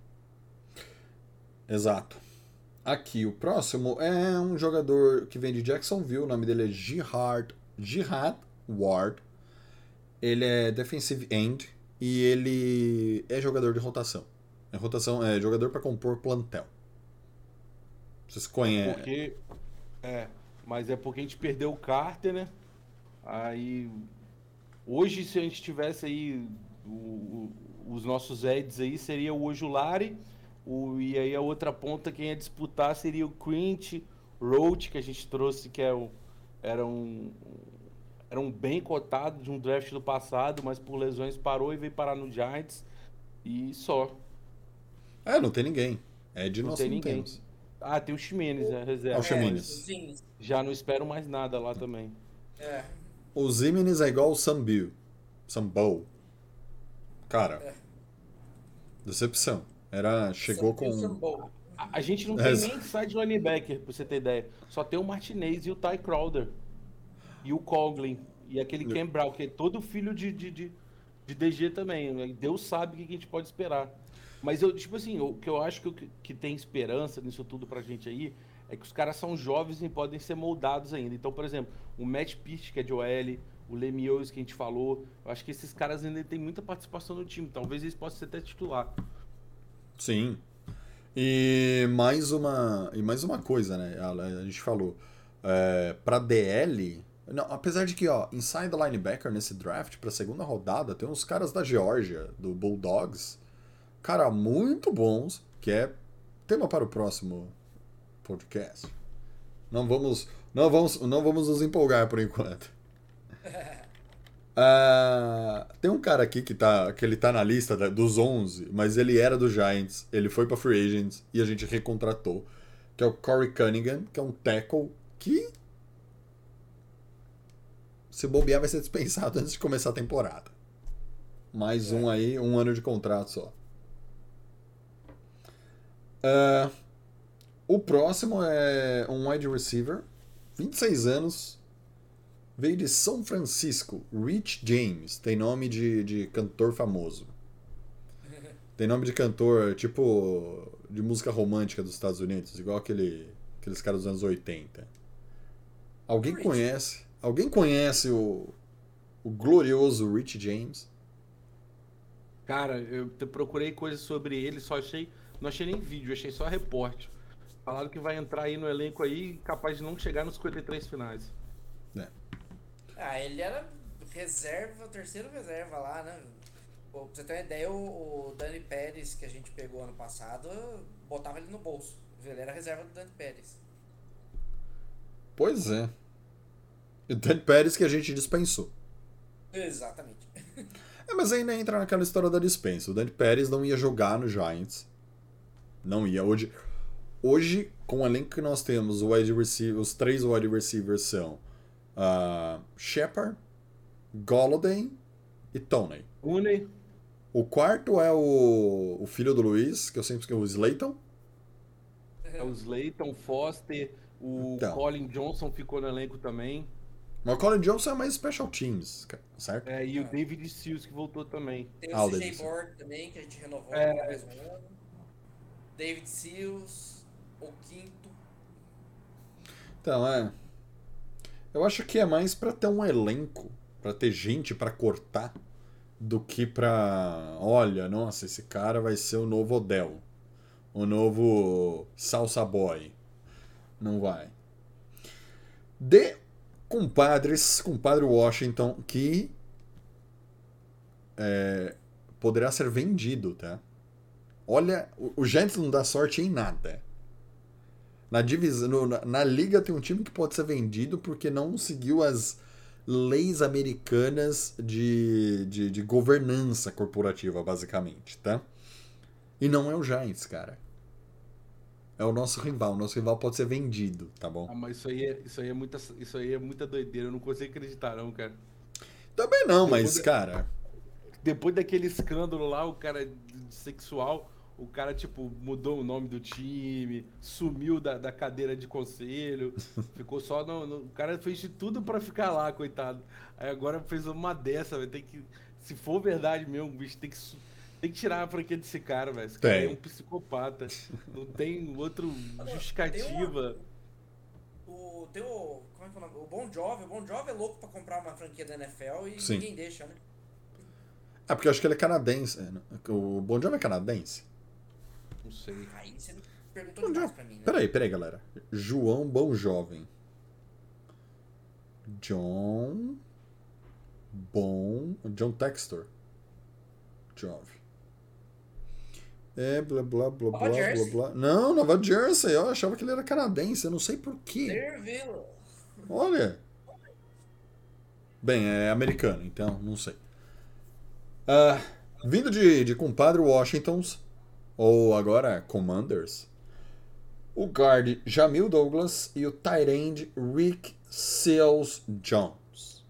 Exato. Aqui, o próximo é um jogador que vem de Jacksonville, o nome dele é Jihad Ward. Ele é defensive end e ele é jogador de rotação. É jogador para compor plantel. Vocês conhecem? Mas é porque a gente perdeu o Carter, né? Aí hoje, se a gente tivesse aí os nossos Eds aí, seria o Ojulari. E aí a outra ponta quem ia disputar seria o Quint, Roach, que a gente trouxe, que era um bem cotado de um draft do passado, mas por lesões parou e veio parar no Giants. E só. Não tem ninguém. Ed Não nós tem não ninguém. temos. Tem o Ximenes, né? Reserva. o Ximenes. Sim. Já não espero mais nada lá também. O Zimenez é igual o Sambo. Cara, decepção. Chegou com... É A gente não tem nem side linebacker, pra você ter ideia. Só tem o Martinez e o Ty Crowder. E o Coughlin. E aquele Cam Brown, que é todo filho de DG também. Deus sabe o que a gente pode esperar. Mas eu, tipo assim, o que eu acho que tem esperança nisso tudo pra gente aí é que os caras são jovens e podem ser moldados ainda. Então, por exemplo, o Matt Pitt, que é de OL, o Lemieux, que a gente falou, eu acho que esses caras ainda têm muita participação no time. Talvez eles possam ser até titular. Sim. E mais uma coisa, né? A gente falou. Pra DL. Não, apesar de que, ó, inside linebacker nesse draft, pra segunda rodada, tem uns caras da Geórgia, do Bulldogs. Cara, muito bons, que é tema para o próximo podcast. Não vamos nos empolgar por enquanto. Tem um cara aqui que ele tá na lista dos 11, mas ele era do Giants, ele foi pra Free Agents e a gente recontratou, que é o Corey Cunningham, que é um tackle que, se bobear, vai ser dispensado antes de começar a temporada. Mais um aí, 1 ano de contrato só. O próximo é um wide receiver, 26 anos, veio de São Francisco, Rich James, tem nome de cantor famoso. Tem nome de cantor, tipo, de música romântica dos Estados Unidos, igual aqueles caras dos anos 80. Alguém conhece o glorioso Rich James? Cara, eu procurei coisas sobre ele, não achei nem vídeo, achei só repórter. Falaram que vai entrar aí no elenco aí, capaz de não chegar nos 53 finais. Ele era reserva, terceiro reserva lá, né? Pô, pra você ter uma ideia, o Dani Pérez, que a gente pegou ano passado, botava ele no bolso. Ele era reserva do Dani Pérez. Pois é. E o Dan Pérez que a gente dispensou. Exatamente. Mas ainda entra naquela história da dispensa. O Dan Pérez não ia jogar no Giants. Não ia. Hoje, com o elenco que nós temos, os 3 wide receivers são Shepard, Golladay e Toney. Unei. O quarto é o filho do Luiz, que eu sempre esqueci, o Slayton. É o Slayton, Foster, o Então. Colin Johnson ficou no elenco também. Mas o Colin Johnson é mais special teams, certo? E o David Seals que voltou também. Tem o o CJ David Board também, que a gente renovou mais um ano. David Seals, o quinto. Então, eu acho que é mais pra ter um elenco, pra ter gente pra cortar, do que pra... Olha, nossa, esse cara vai ser o novo Odell. O novo Salsa Boy. Não vai. Compadre Washington, que poderá ser vendido, tá? Olha, o Giants não dá sorte em nada. Na liga tem um time que pode ser vendido porque não seguiu as leis americanas de governança corporativa, basicamente, tá? E não é o Giants, cara. É o nosso rival. O nosso rival pode ser vendido, tá bom? Mas isso aí é muita doideira. Eu não consigo acreditar, não, cara. Também não, mas, cara... Depois daquele escândalo lá, o cara sexual, o cara, tipo, mudou o nome do time, sumiu da cadeira de conselho, ficou só o cara fez de tudo pra ficar lá, coitado. Aí agora fez uma dessa, vai ter que... Se for verdade mesmo, bicho, tem que tirar a franquia desse cara, velho. Esse cara é um psicopata. Não tem outra justificativa. Como é que é o nome? O Bon Jovi. O Bon Jovi é louco pra comprar uma franquia da NFL e Sim. ninguém deixa, né? Porque eu acho que ele é canadense. O Bon Jovi é canadense? Não sei. Aí você não perguntou demais pra mim, né? Peraí, galera. João Bom Jovem. John Textor. Jovem. Blá, blá, blá, blá, blá, blá. Não, Nova Jersey. Eu achava que ele era canadense. Eu não sei porquê. Lerville. Olha. Bem, é americano, então não sei. Vindo de compadre Washingtons, ou agora Commanders, o guard Jamil Douglas e o tight end Rick Seals-Jones.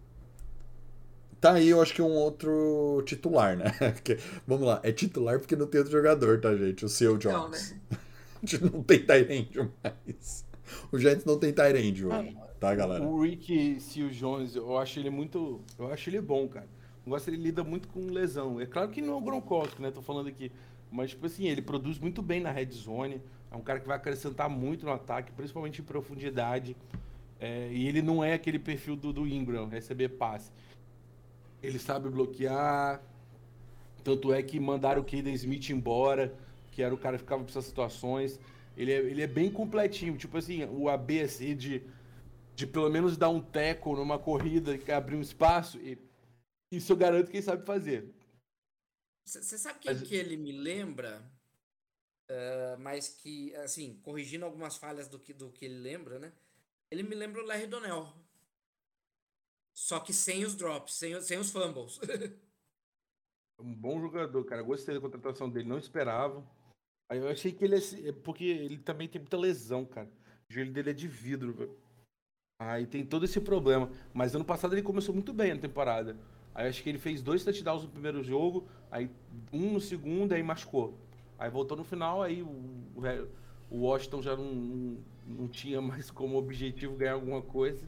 Tá aí, eu acho que um outro titular, né? Vamos lá, é titular porque não tem outro jogador, tá, gente? O Seals-Jones. Não, né? A gente não tem tight end mais. O Giants não tem tight end hoje, tá, galera? O Rick Seals-Jones, eu acho ele bom, cara. Eu gosto, ele lida muito com lesão. É claro que não é o Gronkowski, né? Tô falando aqui. Mas, tipo assim, ele produz muito bem na red zone. É um cara que vai acrescentar muito no ataque, principalmente em profundidade. E ele não é aquele perfil do Ingram, receber passe. Ele sabe bloquear. Tanto é que mandaram o Caden Smith embora, que era o cara que ficava pra essas situações. Ele é bem completinho. Tipo assim, o ABC de pelo menos dar um tackle numa corrida que abrir um espaço. E isso eu garanto que ele sabe fazer. Você sabe quem que ele me lembra? Mas que, assim, corrigindo algumas falhas do que ele lembra, né? Ele me lembra o Larry Donnell. Só que sem os drops, sem os fumbles. Um bom jogador, cara. Gostei da contratação dele, não esperava. Aí eu achei que ele porque ele também tem muita lesão, cara. O joelho dele é de vidro, velho. Aí tem todo esse problema. Mas ano passado ele começou muito bem na temporada. Aí acho que ele fez 2 touchdowns no primeiro jogo, aí um no segundo, aí machucou. Aí voltou no final, aí o Washington já não tinha mais como objetivo ganhar alguma coisa.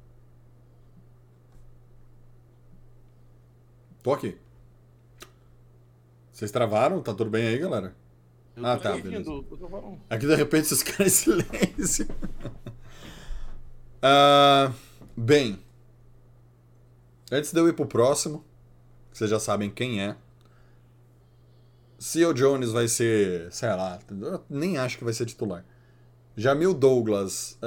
Tô aqui. Vocês travaram? Tá tudo bem aí, galera? Eu Ah, tô tá, ouvindo, beleza. eu tô falando. Aqui de repente vocês ficaram em silêncio. Bem, antes de eu ir pro próximo, vocês já sabem quem é. Seal Jones vai ser, sei lá, eu nem acho que vai ser titular. Jamil Douglas,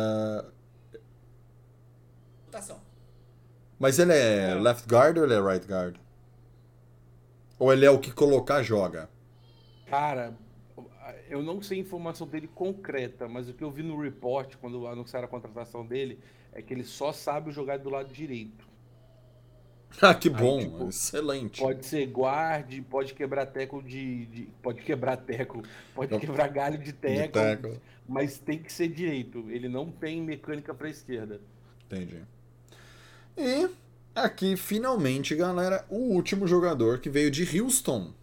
Votação. mas ele é left guard ou ele é right guard? Ou ele é o que colocar joga? Cara, eu não sei a informação dele concreta, mas o que eu vi no report, quando anunciaram a contratação dele, é que ele só sabe jogar do lado direito. Ah, que Aí, bom, tipo, excelente. pode ser guarde, pode quebrar teco pode quebrar teco, pode quebrar galho de De teco, tackle. mas tem que ser direito. Ele não tem mecânica pra esquerda. Entendi. E aqui, finalmente, galera, o último jogador que veio de Houston.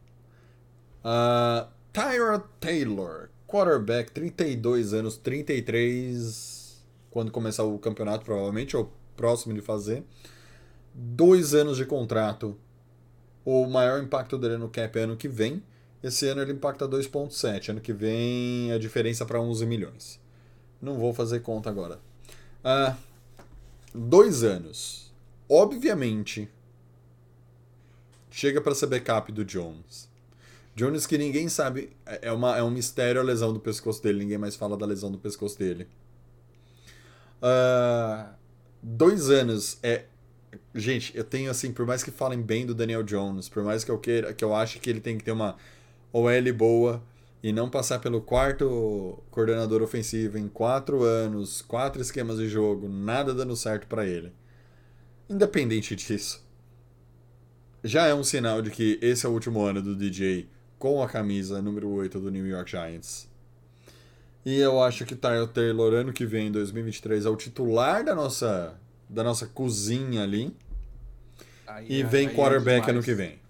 Tyrod Taylor, quarterback, 32 anos, 33 quando começar o campeonato, provavelmente, ou próximo de fazer. 2 anos de contrato. O maior impacto dele no cap é ano que vem. Esse ano ele impacta 2,7. Ano que vem a diferença para 11 milhões. Não vou fazer conta agora. 2 anos. Obviamente, chega para ser backup do Jones. Jones que ninguém sabe, é um mistério a lesão do pescoço dele, ninguém mais fala da lesão do pescoço dele. 2 anos é... Gente, eu tenho assim, por mais que falem bem do Daniel Jones, por mais que eu ache que ele tem que ter uma OL boa e não passar pelo quarto coordenador ofensivo em 4 anos, 4 esquemas de jogo, nada dando certo para ele. Independente disso, já é um sinal de que esse é o último ano do DJ com a camisa número 8 do New York Giants. E eu acho que Tyrod Taylor, ano que vem, em 2023, é o titular da nossa cozinha ali. E vem quarterback ano que vem.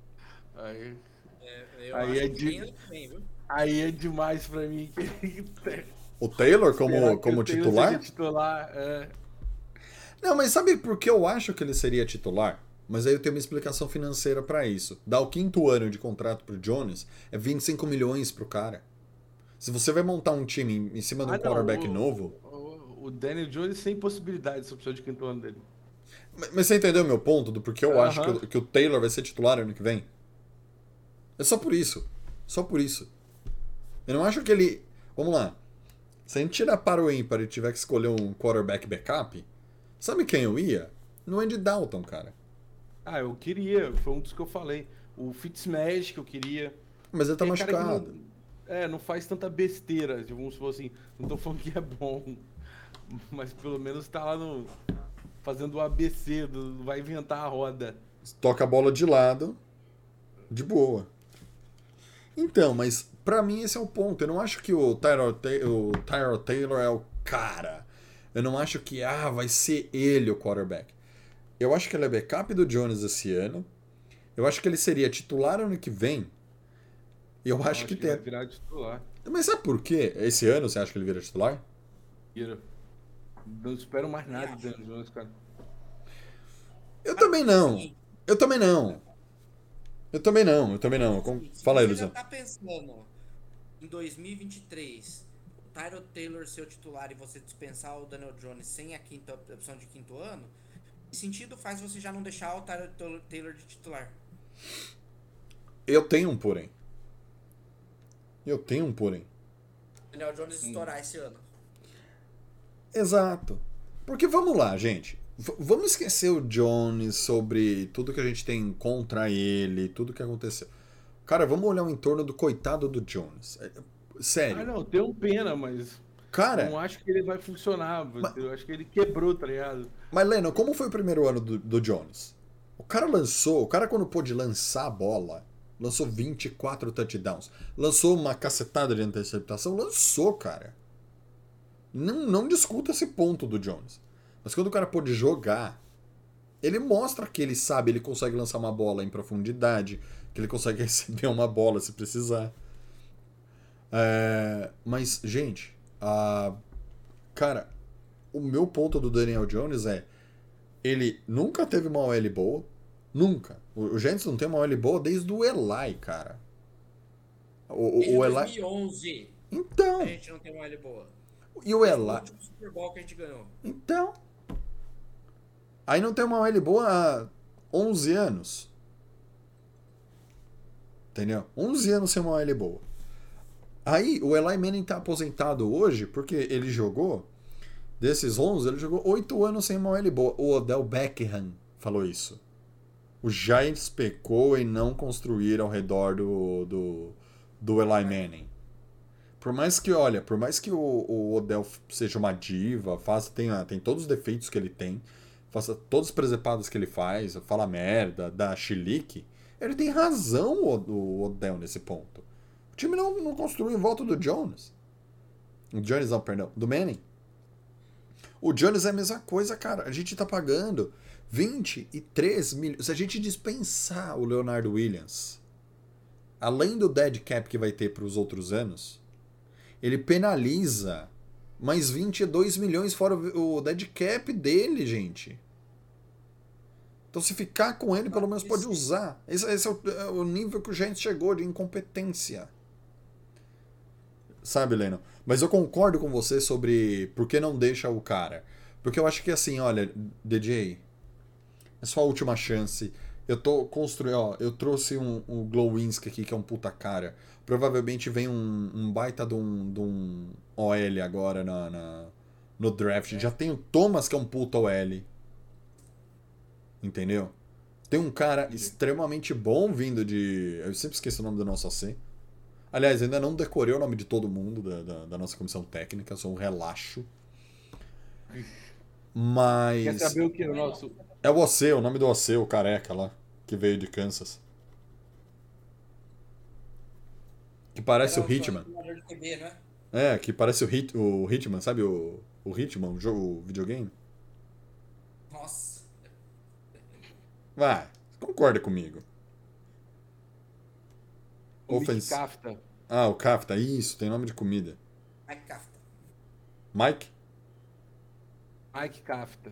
Eu acho que vem ano que vem, viu? Aí é demais pra mim. O Taylor como Taylor titular? seja titular, Não, mas sabe por que eu acho que ele seria titular? Mas aí eu tenho uma explicação financeira pra isso. Dar o 5º ano de contrato pro Jones é 25 milhões pro cara. Se você vai montar um time em cima de um quarterback novo... O Daniel Jones sem possibilidade de opção de 5º ano dele. Mas você entendeu o meu ponto do porquê eu acho que o Taylor vai ser titular ano que vem? É só por isso. Só por isso. Eu não acho que ele... Vamos lá. Se a gente tirar para o ímpar e tiver que escolher um quarterback backup, sabe quem eu ia? No Andy Dalton, cara. Eu queria. Foi um dos que eu falei. O Fitzmagic que eu queria. Mas ele tá machucado. Não faz tanta besteira. Tipo, vamos supor assim, não tô falando que é bom. Mas pelo menos tá lá fazendo o ABC, vai inventar a roda. Toca a bola de lado, de boa. Então, mas pra mim esse é o ponto. Eu não acho que o Tyrod Taylor é o cara. Eu não acho que vai ser ele o quarterback. Eu acho que ele é backup do Jones esse ano. Eu acho que ele seria titular ano que vem. E eu acho que tem... vai virar titular. Mas sabe por quê? Esse ano você acha que ele vira titular? Não espero mais nada do Daniel Jones, cara. Eu também não. Eu também não. Eu também não. Se Fala aí, você já Luciano. tá pensando em 2023, o Tyrod Taylor ser o titular e você dispensar o Daniel Jones sem a quinta opção de quinto ano, que sentido faz você já não deixar o Tyrod Taylor de titular? Eu tenho um porém. Daniel Jones estourar esse ano. Exato. Porque vamos lá, gente. Vamos esquecer o Jones sobre tudo que a gente tem contra ele, tudo que aconteceu. Cara, vamos olhar o entorno do coitado do Jones. Sério. Ah, não, tenho pena, mas Cara, não acho que ele vai funcionar. Eu acho que ele quebrou, tá ligado? mas Lennon, como foi o primeiro ano do Jones? O cara quando pôde lançar a bola, lançou 24 touchdowns, lançou uma cacetada de interceptação, lançou, cara. Não discuta esse ponto do Jones. Mas quando o cara pôde jogar, ele mostra que ele sabe, ele consegue lançar uma bola em profundidade, que ele consegue receber uma bola se precisar. Mas, gente, cara, o meu ponto do Daniel Jones é ele nunca teve uma OL boa, nunca. O Giants não tem uma OL boa desde o Eli, cara. Desde O Eli... 2011 Então, a gente não tem uma L boa. e o Desde o Eli... último Super Bowl que a gente ganhou. Então, aí não tem uma OL boa há 11 anos. Entendeu? 11 anos sem uma OL boa. Aí o Eli Manning tá aposentado hoje porque ele jogou, desses 11, ele jogou 8 anos sem uma OL boa. O Odell Beckham falou isso. O Giants pecou em não construir ao redor do Eli Manning. Por mais que o Odell seja uma diva, tem todos os defeitos que ele tem, faça todas as presepadas que ele faz, fala merda, dá chilique, ele tem razão, o Odell, nesse ponto. O time não construiu em volta do Jones. O Jones não, perdão, do Manning. O Jones é a mesma coisa, cara. A gente tá pagando 23 milhões. Se a gente dispensar o Leonard Williams, além do dead cap que vai ter para os outros anos, ele penaliza mais 22 milhões fora o dead cap dele, gente. Então, se ficar com ele, pelo menos pode usar. Esse é o nível que o Giants chegou de incompetência. Sabe, Leno? Mas eu concordo com você sobre por que não deixa o cara. Porque eu acho que assim, olha, DJ, é sua última chance. Eu tô construindo, ó, eu trouxe um Glowinski aqui, que é um puta cara. Provavelmente vem um baita de um OL agora no draft. Já tem o Thomas, que é um puta OL. Entendeu? Tem um cara extremamente bom vindo de... Eu sempre esqueço o nome do nosso AC. Aliás, ainda não decorei o nome de todo mundo da nossa comissão técnica, sou um relaxo. Mas... Quer saber o que é o nosso... É o OC, o nome do OC, o careca lá, que veio de Kansas. Que parece o Hitman. De TV, não é? É, que parece o Hitman, sabe o Hitman, o videogame? Nossa. Vai, concorda comigo. O Mick Kafka. Ah, o Kafta, isso, tem nome de comida. Mike Kafka. Mike? Mike Kafka.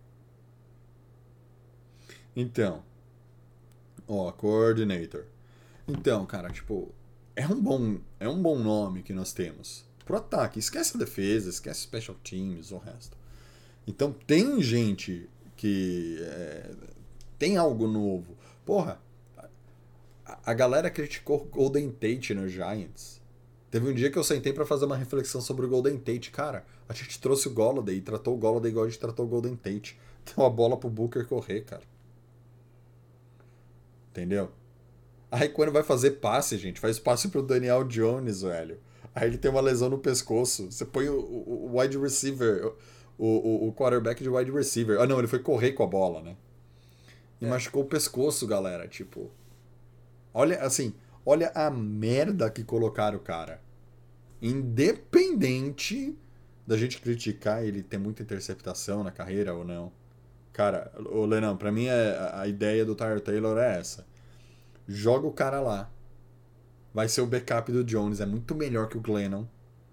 Então. Ó, coordinator. Então, cara, tipo, é um bom nome que nós temos pro ataque. Esquece a defesa, esquece special teams, o resto. Então tem gente que tem algo novo. Porra, a galera criticou o Golden Tate no Giants. Teve um dia que eu sentei pra fazer uma reflexão sobre o Golden Tate. Cara, a gente trouxe o Golladay e tratou o Golladay igual a gente tratou o Golden Tate. Deu a bola pro Booker correr, cara. Entendeu? Aí quando vai fazer passe, gente, faz passe pro Daniel Jones, velho. Aí ele tem uma lesão no pescoço. Você põe o wide receiver, o quarterback de wide receiver. Ah, não, ele foi correr com a bola, né? E machucou o pescoço, galera. Tipo, olha, assim, olha a merda que colocaram o cara. Independente da gente criticar ele ter muita interceptação na carreira ou não. Cara, ô Lenão, pra mim a ideia do Tyrod Taylor é essa. Joga o cara lá. Vai ser o backup do Jones. É muito melhor que o Glennon.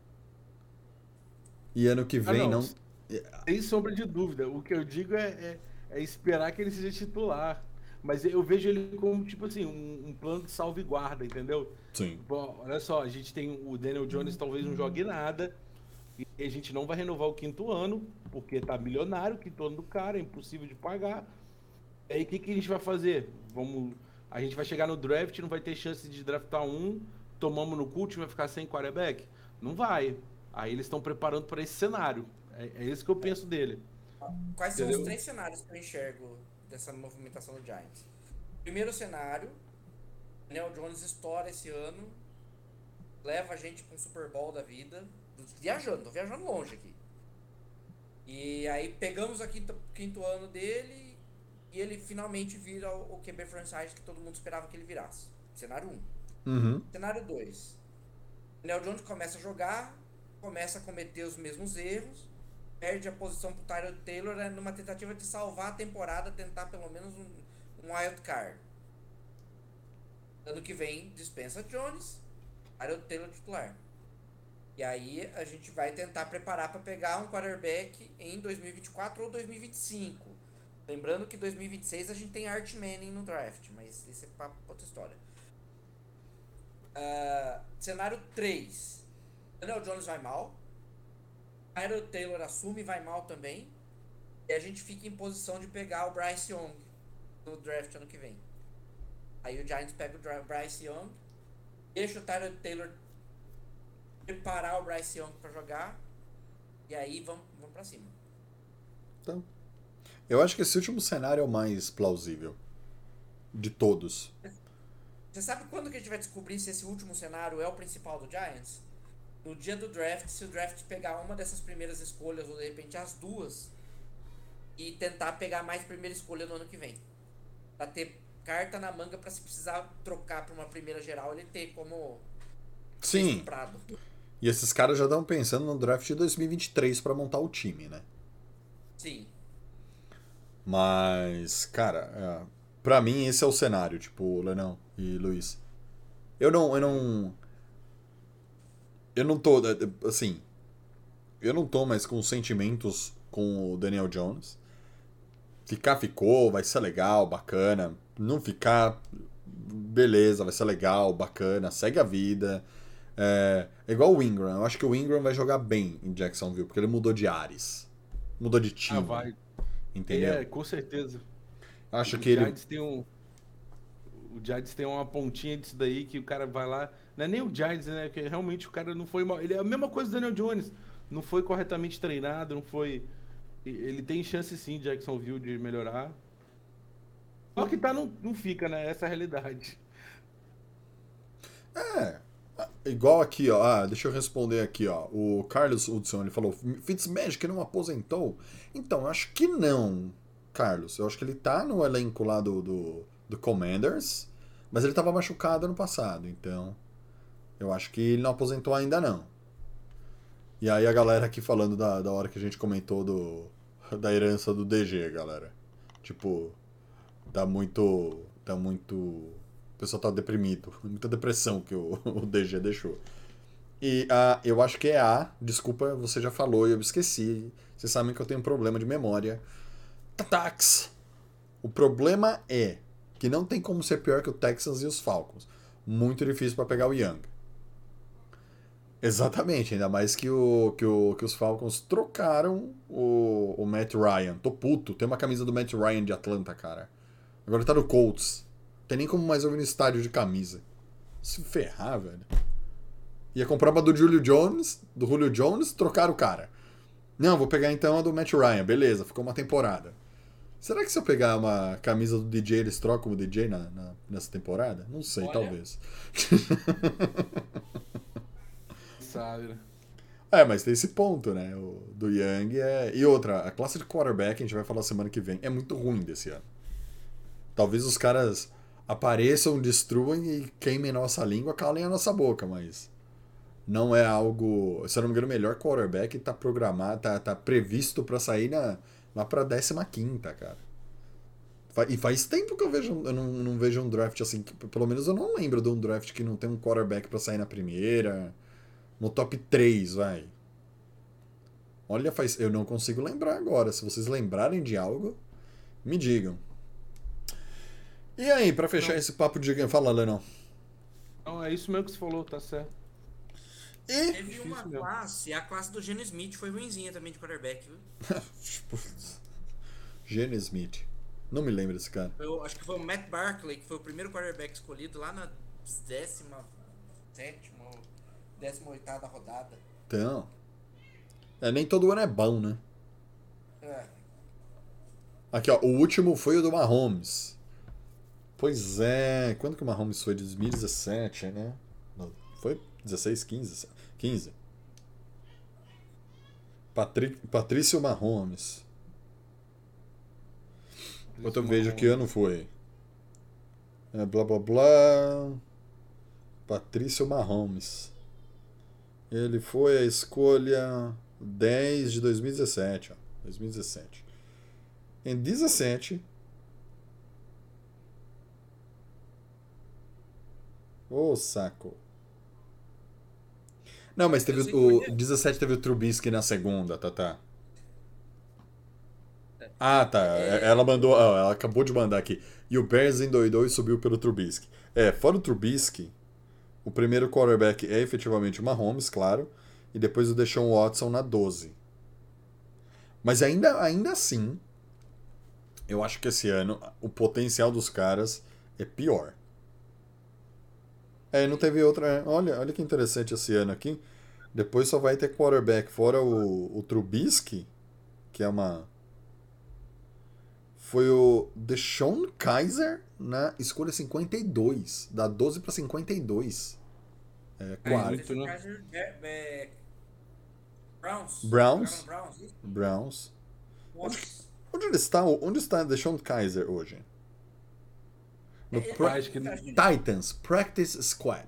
E ano que vem não... Sem sombra de dúvida. O que eu digo é esperar que ele seja titular. Mas eu vejo ele como, tipo assim, um plano de salvaguarda, entendeu? Sim. Bom, olha só, a gente tem o Daniel Jones, talvez não jogue nada. E a gente não vai renovar o 5º ano, porque tá milionário, o 5º ano do cara, é impossível de pagar. E aí o que a gente vai fazer? A gente vai chegar no draft, não vai ter chance de draftar um, tomamos no cu, o time vai ficar sem quarterback? Não vai. Aí eles estão preparando para esse cenário. É isso que eu penso dele. Quais são os Entendeu? 3 cenários que eu enxergo dessa movimentação do Giants? Primeiro cenário, Daniel Jones estoura esse ano, leva a gente pra um Super Bowl da vida, tô viajando longe aqui. E aí pegamos o 5º ano dele e ele finalmente vira o QB franchise que todo mundo esperava que ele virasse. Cenário 1. Uhum. Cenário 2. Daniel Jones começa a jogar, começa a cometer os mesmos erros, perde a posição pro Tyrod Taylor numa tentativa de salvar a temporada, tentar pelo menos um wild card. Ano que vem dispensa Jones, Tyrod Taylor titular. E aí a gente vai tentar preparar para pegar um quarterback em 2024 ou 2025. Lembrando que em 2026 a gente tem Arch Manning no draft, mas isso é pra outra história. Cenário 3. Daniel Jones vai mal. Tyrod Taylor assume e vai mal também. E a gente fica em posição de pegar o Bryce Young no draft ano que vem. Aí o Giants pega o Bryce Young, deixa o Tyrod Taylor preparar o Bryce Young pra jogar. E aí vamos pra cima. Então, eu acho que esse último cenário é o mais plausível de todos. Você sabe quando que a gente vai descobrir se esse último cenário é o principal do Giants? No dia do draft, se o draft pegar uma dessas primeiras escolhas, ou de repente as duas, e tentar pegar mais primeira escolha no ano que vem. Pra ter carta na manga pra se precisar trocar pra uma primeira geral, ele ter como ser Sim. estuprado. E esses caras já estão pensando no draft de 2023 pra montar o time, né? Sim. Mas, cara, pra mim esse é o cenário, tipo, Lenão e Luiz. Eu não tô, assim, eu não tô mais com sentimentos com o Daniel Jones. Ficar, ficou, vai ser legal, bacana. Não ficar, beleza, vai ser legal, bacana, segue a vida. É igual o Ingram. Eu acho que o Ingram vai jogar bem em Jacksonville, porque ele mudou de ares. Mudou de time. Vai. Entendeu? Com certeza. Acho O que ele. Giants o Giants tem uma pontinha disso daí que o cara vai lá. Não é nem o Giants, né? Porque realmente o cara não foi mal. Ele é a mesma coisa do Daniel Jones. Não foi corretamente treinado, não foi. Ele tem chance sim, Jacksonville, de melhorar. Só que não fica, né? Essa é a realidade. Igual aqui, ó. Deixa eu responder aqui, ó. O Carlos Hudson, ele falou: Fitzmagic não aposentou? Então, eu acho que não, Carlos. Eu acho que ele tá no elenco lá do Commanders, mas ele tava machucado ano passado, então eu acho que ele não aposentou ainda não. E aí a galera aqui falando da hora que a gente comentou da herança do DG, galera. Tipo, tá muito. O pessoal tá deprimido. Muita depressão que o DG deixou. E eu acho que é desculpa, você já falou e eu esqueci. Vocês sabem que eu tenho um problema de memória. Tax. O problema é que não tem como ser pior que o Texans e os Falcons. Muito difícil para pegar o Young. Exatamente, ainda mais que os Falcons trocaram o Matt Ryan. Tô puto, tem uma camisa do Matt Ryan de Atlanta, cara. Agora tá no Colts. Não tem nem como mais ouvir no estádio de camisa. Se ferrar, velho. Ia comprar uma do Julio Jones, trocaram o cara. Não, vou pegar então a do Matt Ryan. Beleza, ficou uma temporada. Será que se eu pegar uma camisa do DJ, eles trocam o DJ nessa temporada? Não sei, Olha. talvez. Sabe, né? Mas tem esse ponto, né? O do Young é. E outra, a classe de quarterback, a gente vai falar semana que vem, é muito ruim desse ano. Talvez os caras apareçam, destruam e queimem nossa língua, calem a nossa boca, mas não é algo. Se eu não me engano, o melhor quarterback tá programado, tá previsto pra sair lá pra 15ª, cara. E faz tempo que eu não vejo um draft assim. Pelo menos eu não lembro de um draft que não tem um quarterback pra sair na primeira. No top 3, vai. Olha, eu não consigo lembrar agora. Se vocês lembrarem de algo, me digam. E aí, pra fechar esse papo de quem fala, Lenão? Não, é isso mesmo que você falou, tá certo. E... Teve uma mesmo. classe, a classe do Geno Smith foi ruinzinha também de quarterback, viu? Gene Smith. Não me lembro desse cara. Eu acho que foi o Matt Barkley, que foi o primeiro quarterback escolhido lá na 17ª ou 18ª rodada. Então... nem todo ano é bom, né? É. Aqui, ó. O último foi o do Mahomes. Pois é. Quando que o Mahomes foi? De 2017, né? Não, foi 16, 15? 15. Patrício Mahomes. Enquanto eu vejo que ano foi. Blá blá blá. Patrício Mahomes. Ele foi a escolha 10 de 2017. Ó. 2017. Em 17. Ô, saco. Não, mas teve o 17 teve o Trubisky na segunda, tá. Ah, tá. Ela mandou. Ela acabou de mandar aqui. E o Bears endoidou e subiu pelo Trubisky. Fora o Trubisky, o primeiro quarterback é efetivamente o Mahomes, claro. E depois o Deshaun Watson na 12. Mas ainda assim, eu acho que esse ano o potencial dos caras é pior. Não teve outra. Olha que interessante esse ano aqui. Depois só vai ter quarterback fora o Trubisky, que é uma. Foi o Deshaun Kaiser na escolha 52. Da 12 para 52. Muito, né? Browns. Browns. Nossa. Onde ele está? Onde está Deshaun Kaiser hoje? No Acho que Titans Practice Squad.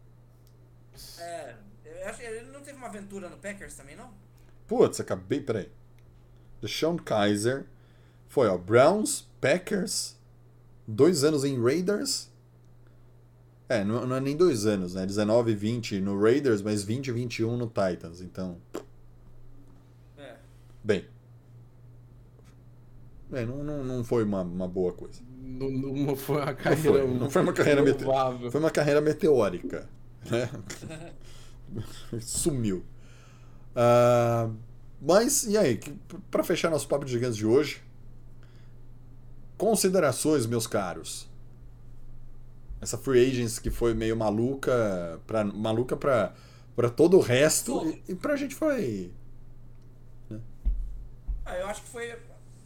Eu acho que ele não teve uma aventura no Packers também, não? Putz, acabei. Peraí. Deshaun Kaiser foi, ó. Browns, Packers, 2 anos em Raiders. Não é nem 2 anos, né? 19 e 20 no Raiders, mas 20 e 21 no Titans. Então. Bem. Não foi uma boa coisa. Não foi uma carreira. Não foi uma carreira louvável. Foi uma carreira meteórica. Né? Sumiu. Mas, e aí? Para fechar nosso papo de gigantes de hoje, considerações, meus caros. Essa free agents que foi meio maluca para todo o resto e pra gente foi. Né? Eu acho que foi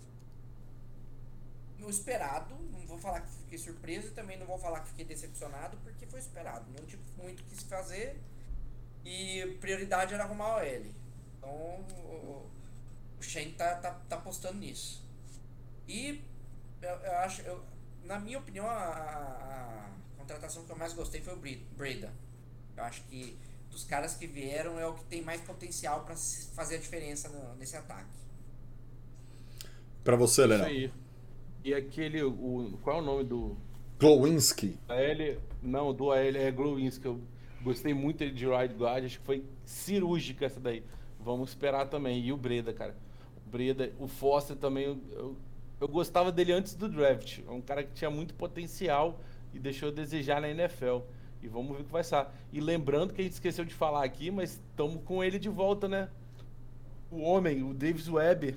o esperado. Não vou falar que fiquei surpreso e também não vou falar que fiquei decepcionado, porque foi esperado. Não tive muito o que se fazer e prioridade era arrumar o L. Então o Shane tá apostando nisso. E eu acho, na minha opinião, a contratação que eu mais gostei foi o Breida. Eu acho que dos caras que vieram é o que tem mais potencial para fazer a diferença nesse ataque. Para você, Lenão. Isso aí. E aquele, qual é o nome do... Glowinski. Não, do AL é Glowinski. Eu gostei muito dele de right guard, acho que foi cirúrgica essa daí. Vamos esperar também. E o Breida, cara. O Breida, o Foster também, eu gostava dele antes do draft. É um cara que tinha muito potencial e deixou a desejar na NFL. E vamos ver o que vai ser. E lembrando que a gente esqueceu de falar aqui, mas estamos com ele de volta, né? O homem, o Davis Webb.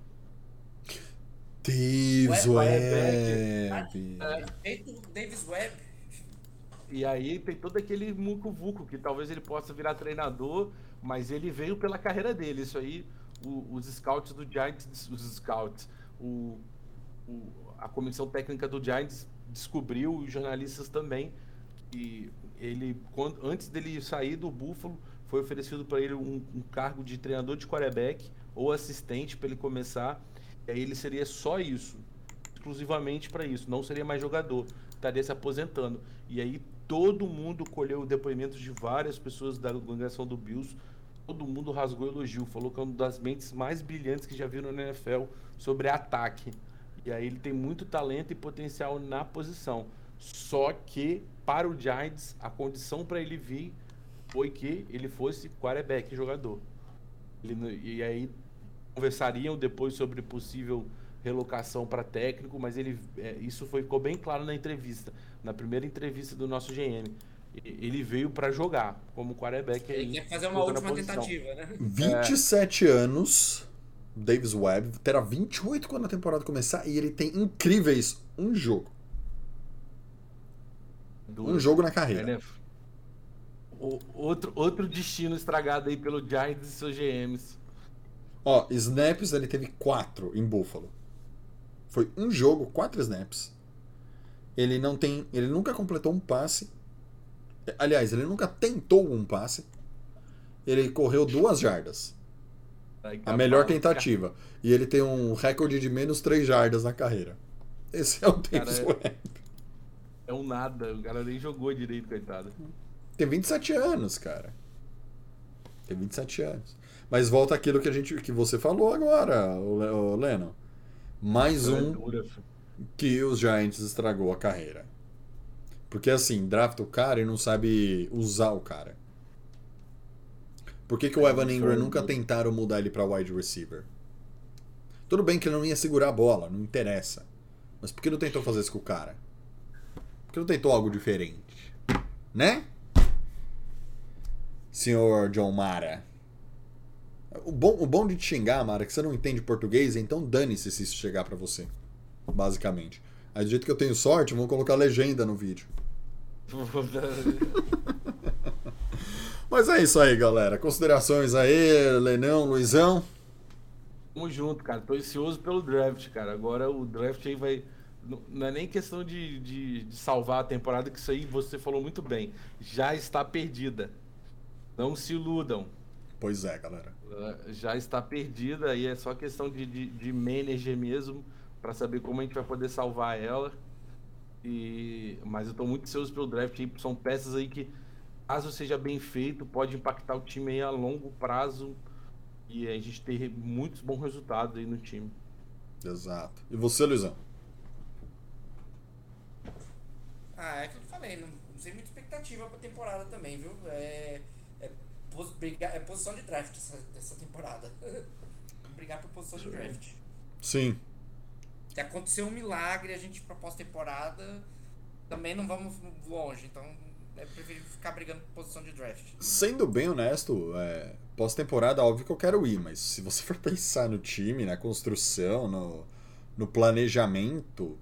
Davis Webb. Davis Webb. E aí tem todo aquele muco-vuco que talvez ele possa virar treinador, mas ele veio pela carreira dele. Isso aí, os scouts do Giants, a comissão técnica do Giants descobriu, os jornalistas também, que ele, antes dele sair do Buffalo, foi oferecido para ele um cargo de treinador de quarterback ou assistente para ele começar. E aí ele seria só isso, exclusivamente para isso, não seria mais jogador, estaria se aposentando. E aí todo mundo colheu depoimentos de várias pessoas da organização do Bills, todo mundo rasgou elogio, falou que é uma das mentes mais brilhantes que já viram na NFL sobre ataque. E aí ele tem muito talento e potencial na posição. Só que para o Giants, a condição para ele vir foi que ele fosse quarterback, jogador. E aí conversariam depois sobre possível relocação para técnico, mas isso ficou bem claro na entrevista, na primeira entrevista do nosso GM. Ele veio para jogar como quarterback. Ele quer fazer uma última tentativa, né? 27 anos, Davis Webb, terá 28 quando a temporada começar e ele tem incríveis um jogo. Um jogo na carreira. Outro destino estragado aí pelo Giants e seus GMs. Ó, snaps ele teve 4 em Buffalo. Foi um jogo, 4 snaps. Ele nunca completou um passe. Aliás, ele nunca tentou um passe. Ele correu 2 jardas. A melhor tentativa. E ele tem um recorde de menos 3 jardas na carreira. Esse é o Davis Webb. É um nada. O cara nem jogou direito, coitado. Tem 27 anos, cara. Tem 27 anos. Mas volta aquilo que você falou agora, o Lennon. Mais um que os Giants estragou a carreira. Porque assim, drafta o cara e não sabe usar o cara. Por que o Evan Ingram nunca tentaram mudar ele pra wide receiver? Tudo bem que ele não ia segurar a bola, não interessa. Mas por que não tentou fazer isso com o cara? Por que não tentou algo diferente? Né? Senhor John Mara. O bom de te xingar, Mara, é que você não entende português, então dane-se se isso chegar pra você. Basicamente. Aí do jeito que eu tenho sorte, vão colocar legenda no vídeo. Mas é isso aí, galera. Considerações aí, Lenão, Luizão. Tamo junto, cara. Tô ansioso pelo draft, cara. Agora o draft aí vai... Não é nem questão de salvar a temporada, que isso aí você falou muito bem. Já está perdida. Não se iludam. Pois é, galera. Já está perdida e é só questão de manager mesmo, para saber como a gente vai poder salvar ela. Mas eu tô muito ansioso pelo draft. São peças aí que, caso seja bem feito, pode impactar o time aí a longo prazo e a gente ter muitos bons resultados aí no time. Exato. E você, Luizão? É que eu falei, não sei muita expectativa pra temporada também, viu? É posição de draft essa temporada. Brigar por posição de draft. Sim. Se acontecer um milagre, a gente pra pós-temporada também não vamos longe, então é preferível ficar brigando por posição de draft. Sendo bem honesto, pós-temporada, óbvio que eu quero ir, mas se você for pensar no time, na construção, no planejamento,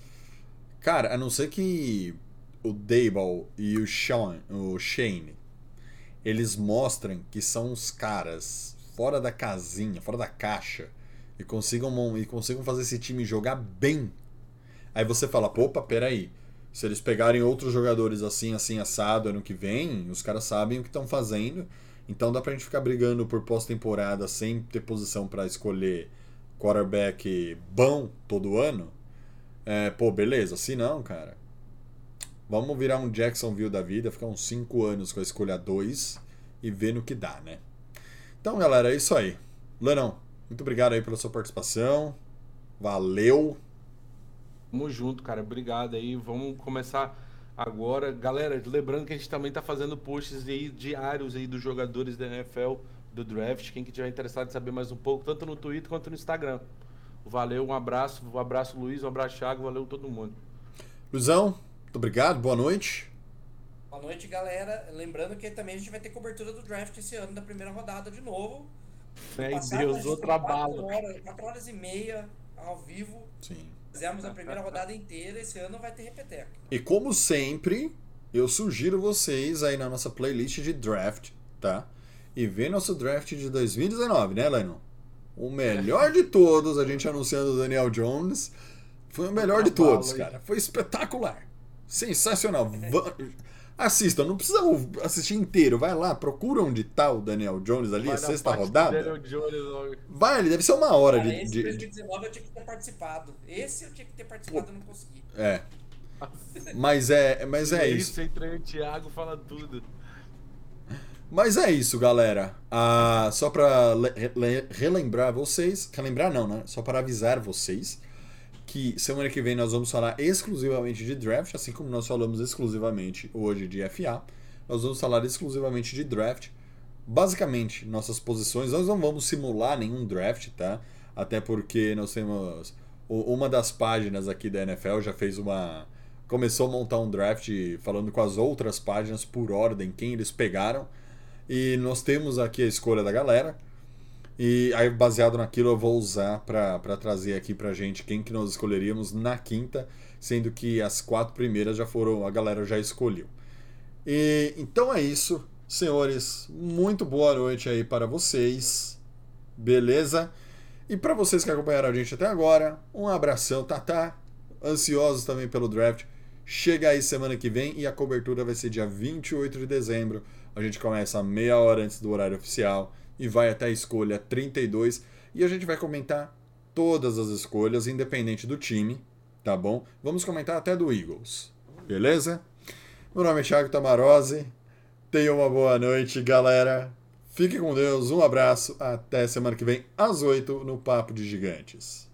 cara, a não ser que o Daboll e o Shane, eles mostrem que são uns caras fora da casinha, fora da caixa, e consigam fazer esse time jogar bem. Aí você fala, opa, peraí, se eles pegarem outros jogadores assim, assado ano que vem, os caras sabem o que estão fazendo, então dá pra gente ficar brigando por pós-temporada sem ter posição pra escolher quarterback bom todo ano. Beleza, se não, cara, vamos virar um Jacksonville da vida, ficar uns 5 anos com a escolha 2 e ver no que dá, né? Então, galera, é isso aí. Lenão, muito obrigado aí pela sua participação. Valeu. Tamo junto, cara. Obrigado aí. Vamos começar agora. Galera, lembrando que a gente também tá fazendo posts aí diários aí dos jogadores da NFL, do draft. Quem que tiver interessado em saber mais um pouco, tanto no Twitter quanto no Instagram. Valeu, um abraço Luiz, um abraço Thiago, valeu todo mundo. Luizão, muito obrigado, boa noite. Boa noite, galera. Lembrando que também a gente vai ter cobertura do draft esse ano, da primeira rodada de novo. Deus, outra bala. 4 horas e meia ao vivo. Sim. Fizemos a primeira rodada inteira, esse ano vai ter repeteco. E como sempre, eu sugiro vocês aí na nossa playlist de draft, tá? E ver nosso draft de 2019, né, Lennon? O melhor de todos, a gente anunciando o Daniel Jones. Foi o melhor de todos, cara. Foi espetacular. Sensacional. Assista, não precisa assistir inteiro. Vai lá, procura onde tá o Daniel Jones ali, a sexta rodada. Vai ali, deve ser 1 hora de. Esse 2019 eu tinha que ter participado. Esse eu tinha que ter participado, eu não consegui. Mas é isso. Isso, entrou o Thiago, fala tudo. Mas é isso, galera. Só pra relembrar vocês. Relembrar não, né? Só para avisar vocês que semana que vem nós vamos falar exclusivamente de draft, assim como nós falamos exclusivamente hoje de FA. Nós vamos falar exclusivamente de draft. Basicamente, nossas posições, nós não vamos simular nenhum draft, tá? Até porque nós temos uma das páginas aqui da NFL já fez começou a montar um draft falando com as outras páginas por ordem, quem eles pegaram. E nós temos aqui a escolha da galera. E aí, baseado naquilo, eu vou usar para trazer aqui pra gente quem que nós escolheríamos na quinta, sendo que as 4 primeiras já foram, a galera já escolheu. E então é isso, senhores. Muito boa noite aí para vocês. Beleza? E para vocês que acompanharam a gente até agora, um abração, tá? Ansiosos também pelo draft. Chega aí semana que vem e a cobertura vai ser dia 28 de dezembro. A gente começa meia hora antes do horário oficial e vai até a escolha 32. E a gente vai comentar todas as escolhas, independente do time, tá bom? Vamos comentar até do Eagles, beleza? Meu nome é Thiago Tamarose. Tenha uma boa noite, galera. Fique com Deus, um abraço. Até semana que vem, às 8, no Papo de Gigantes.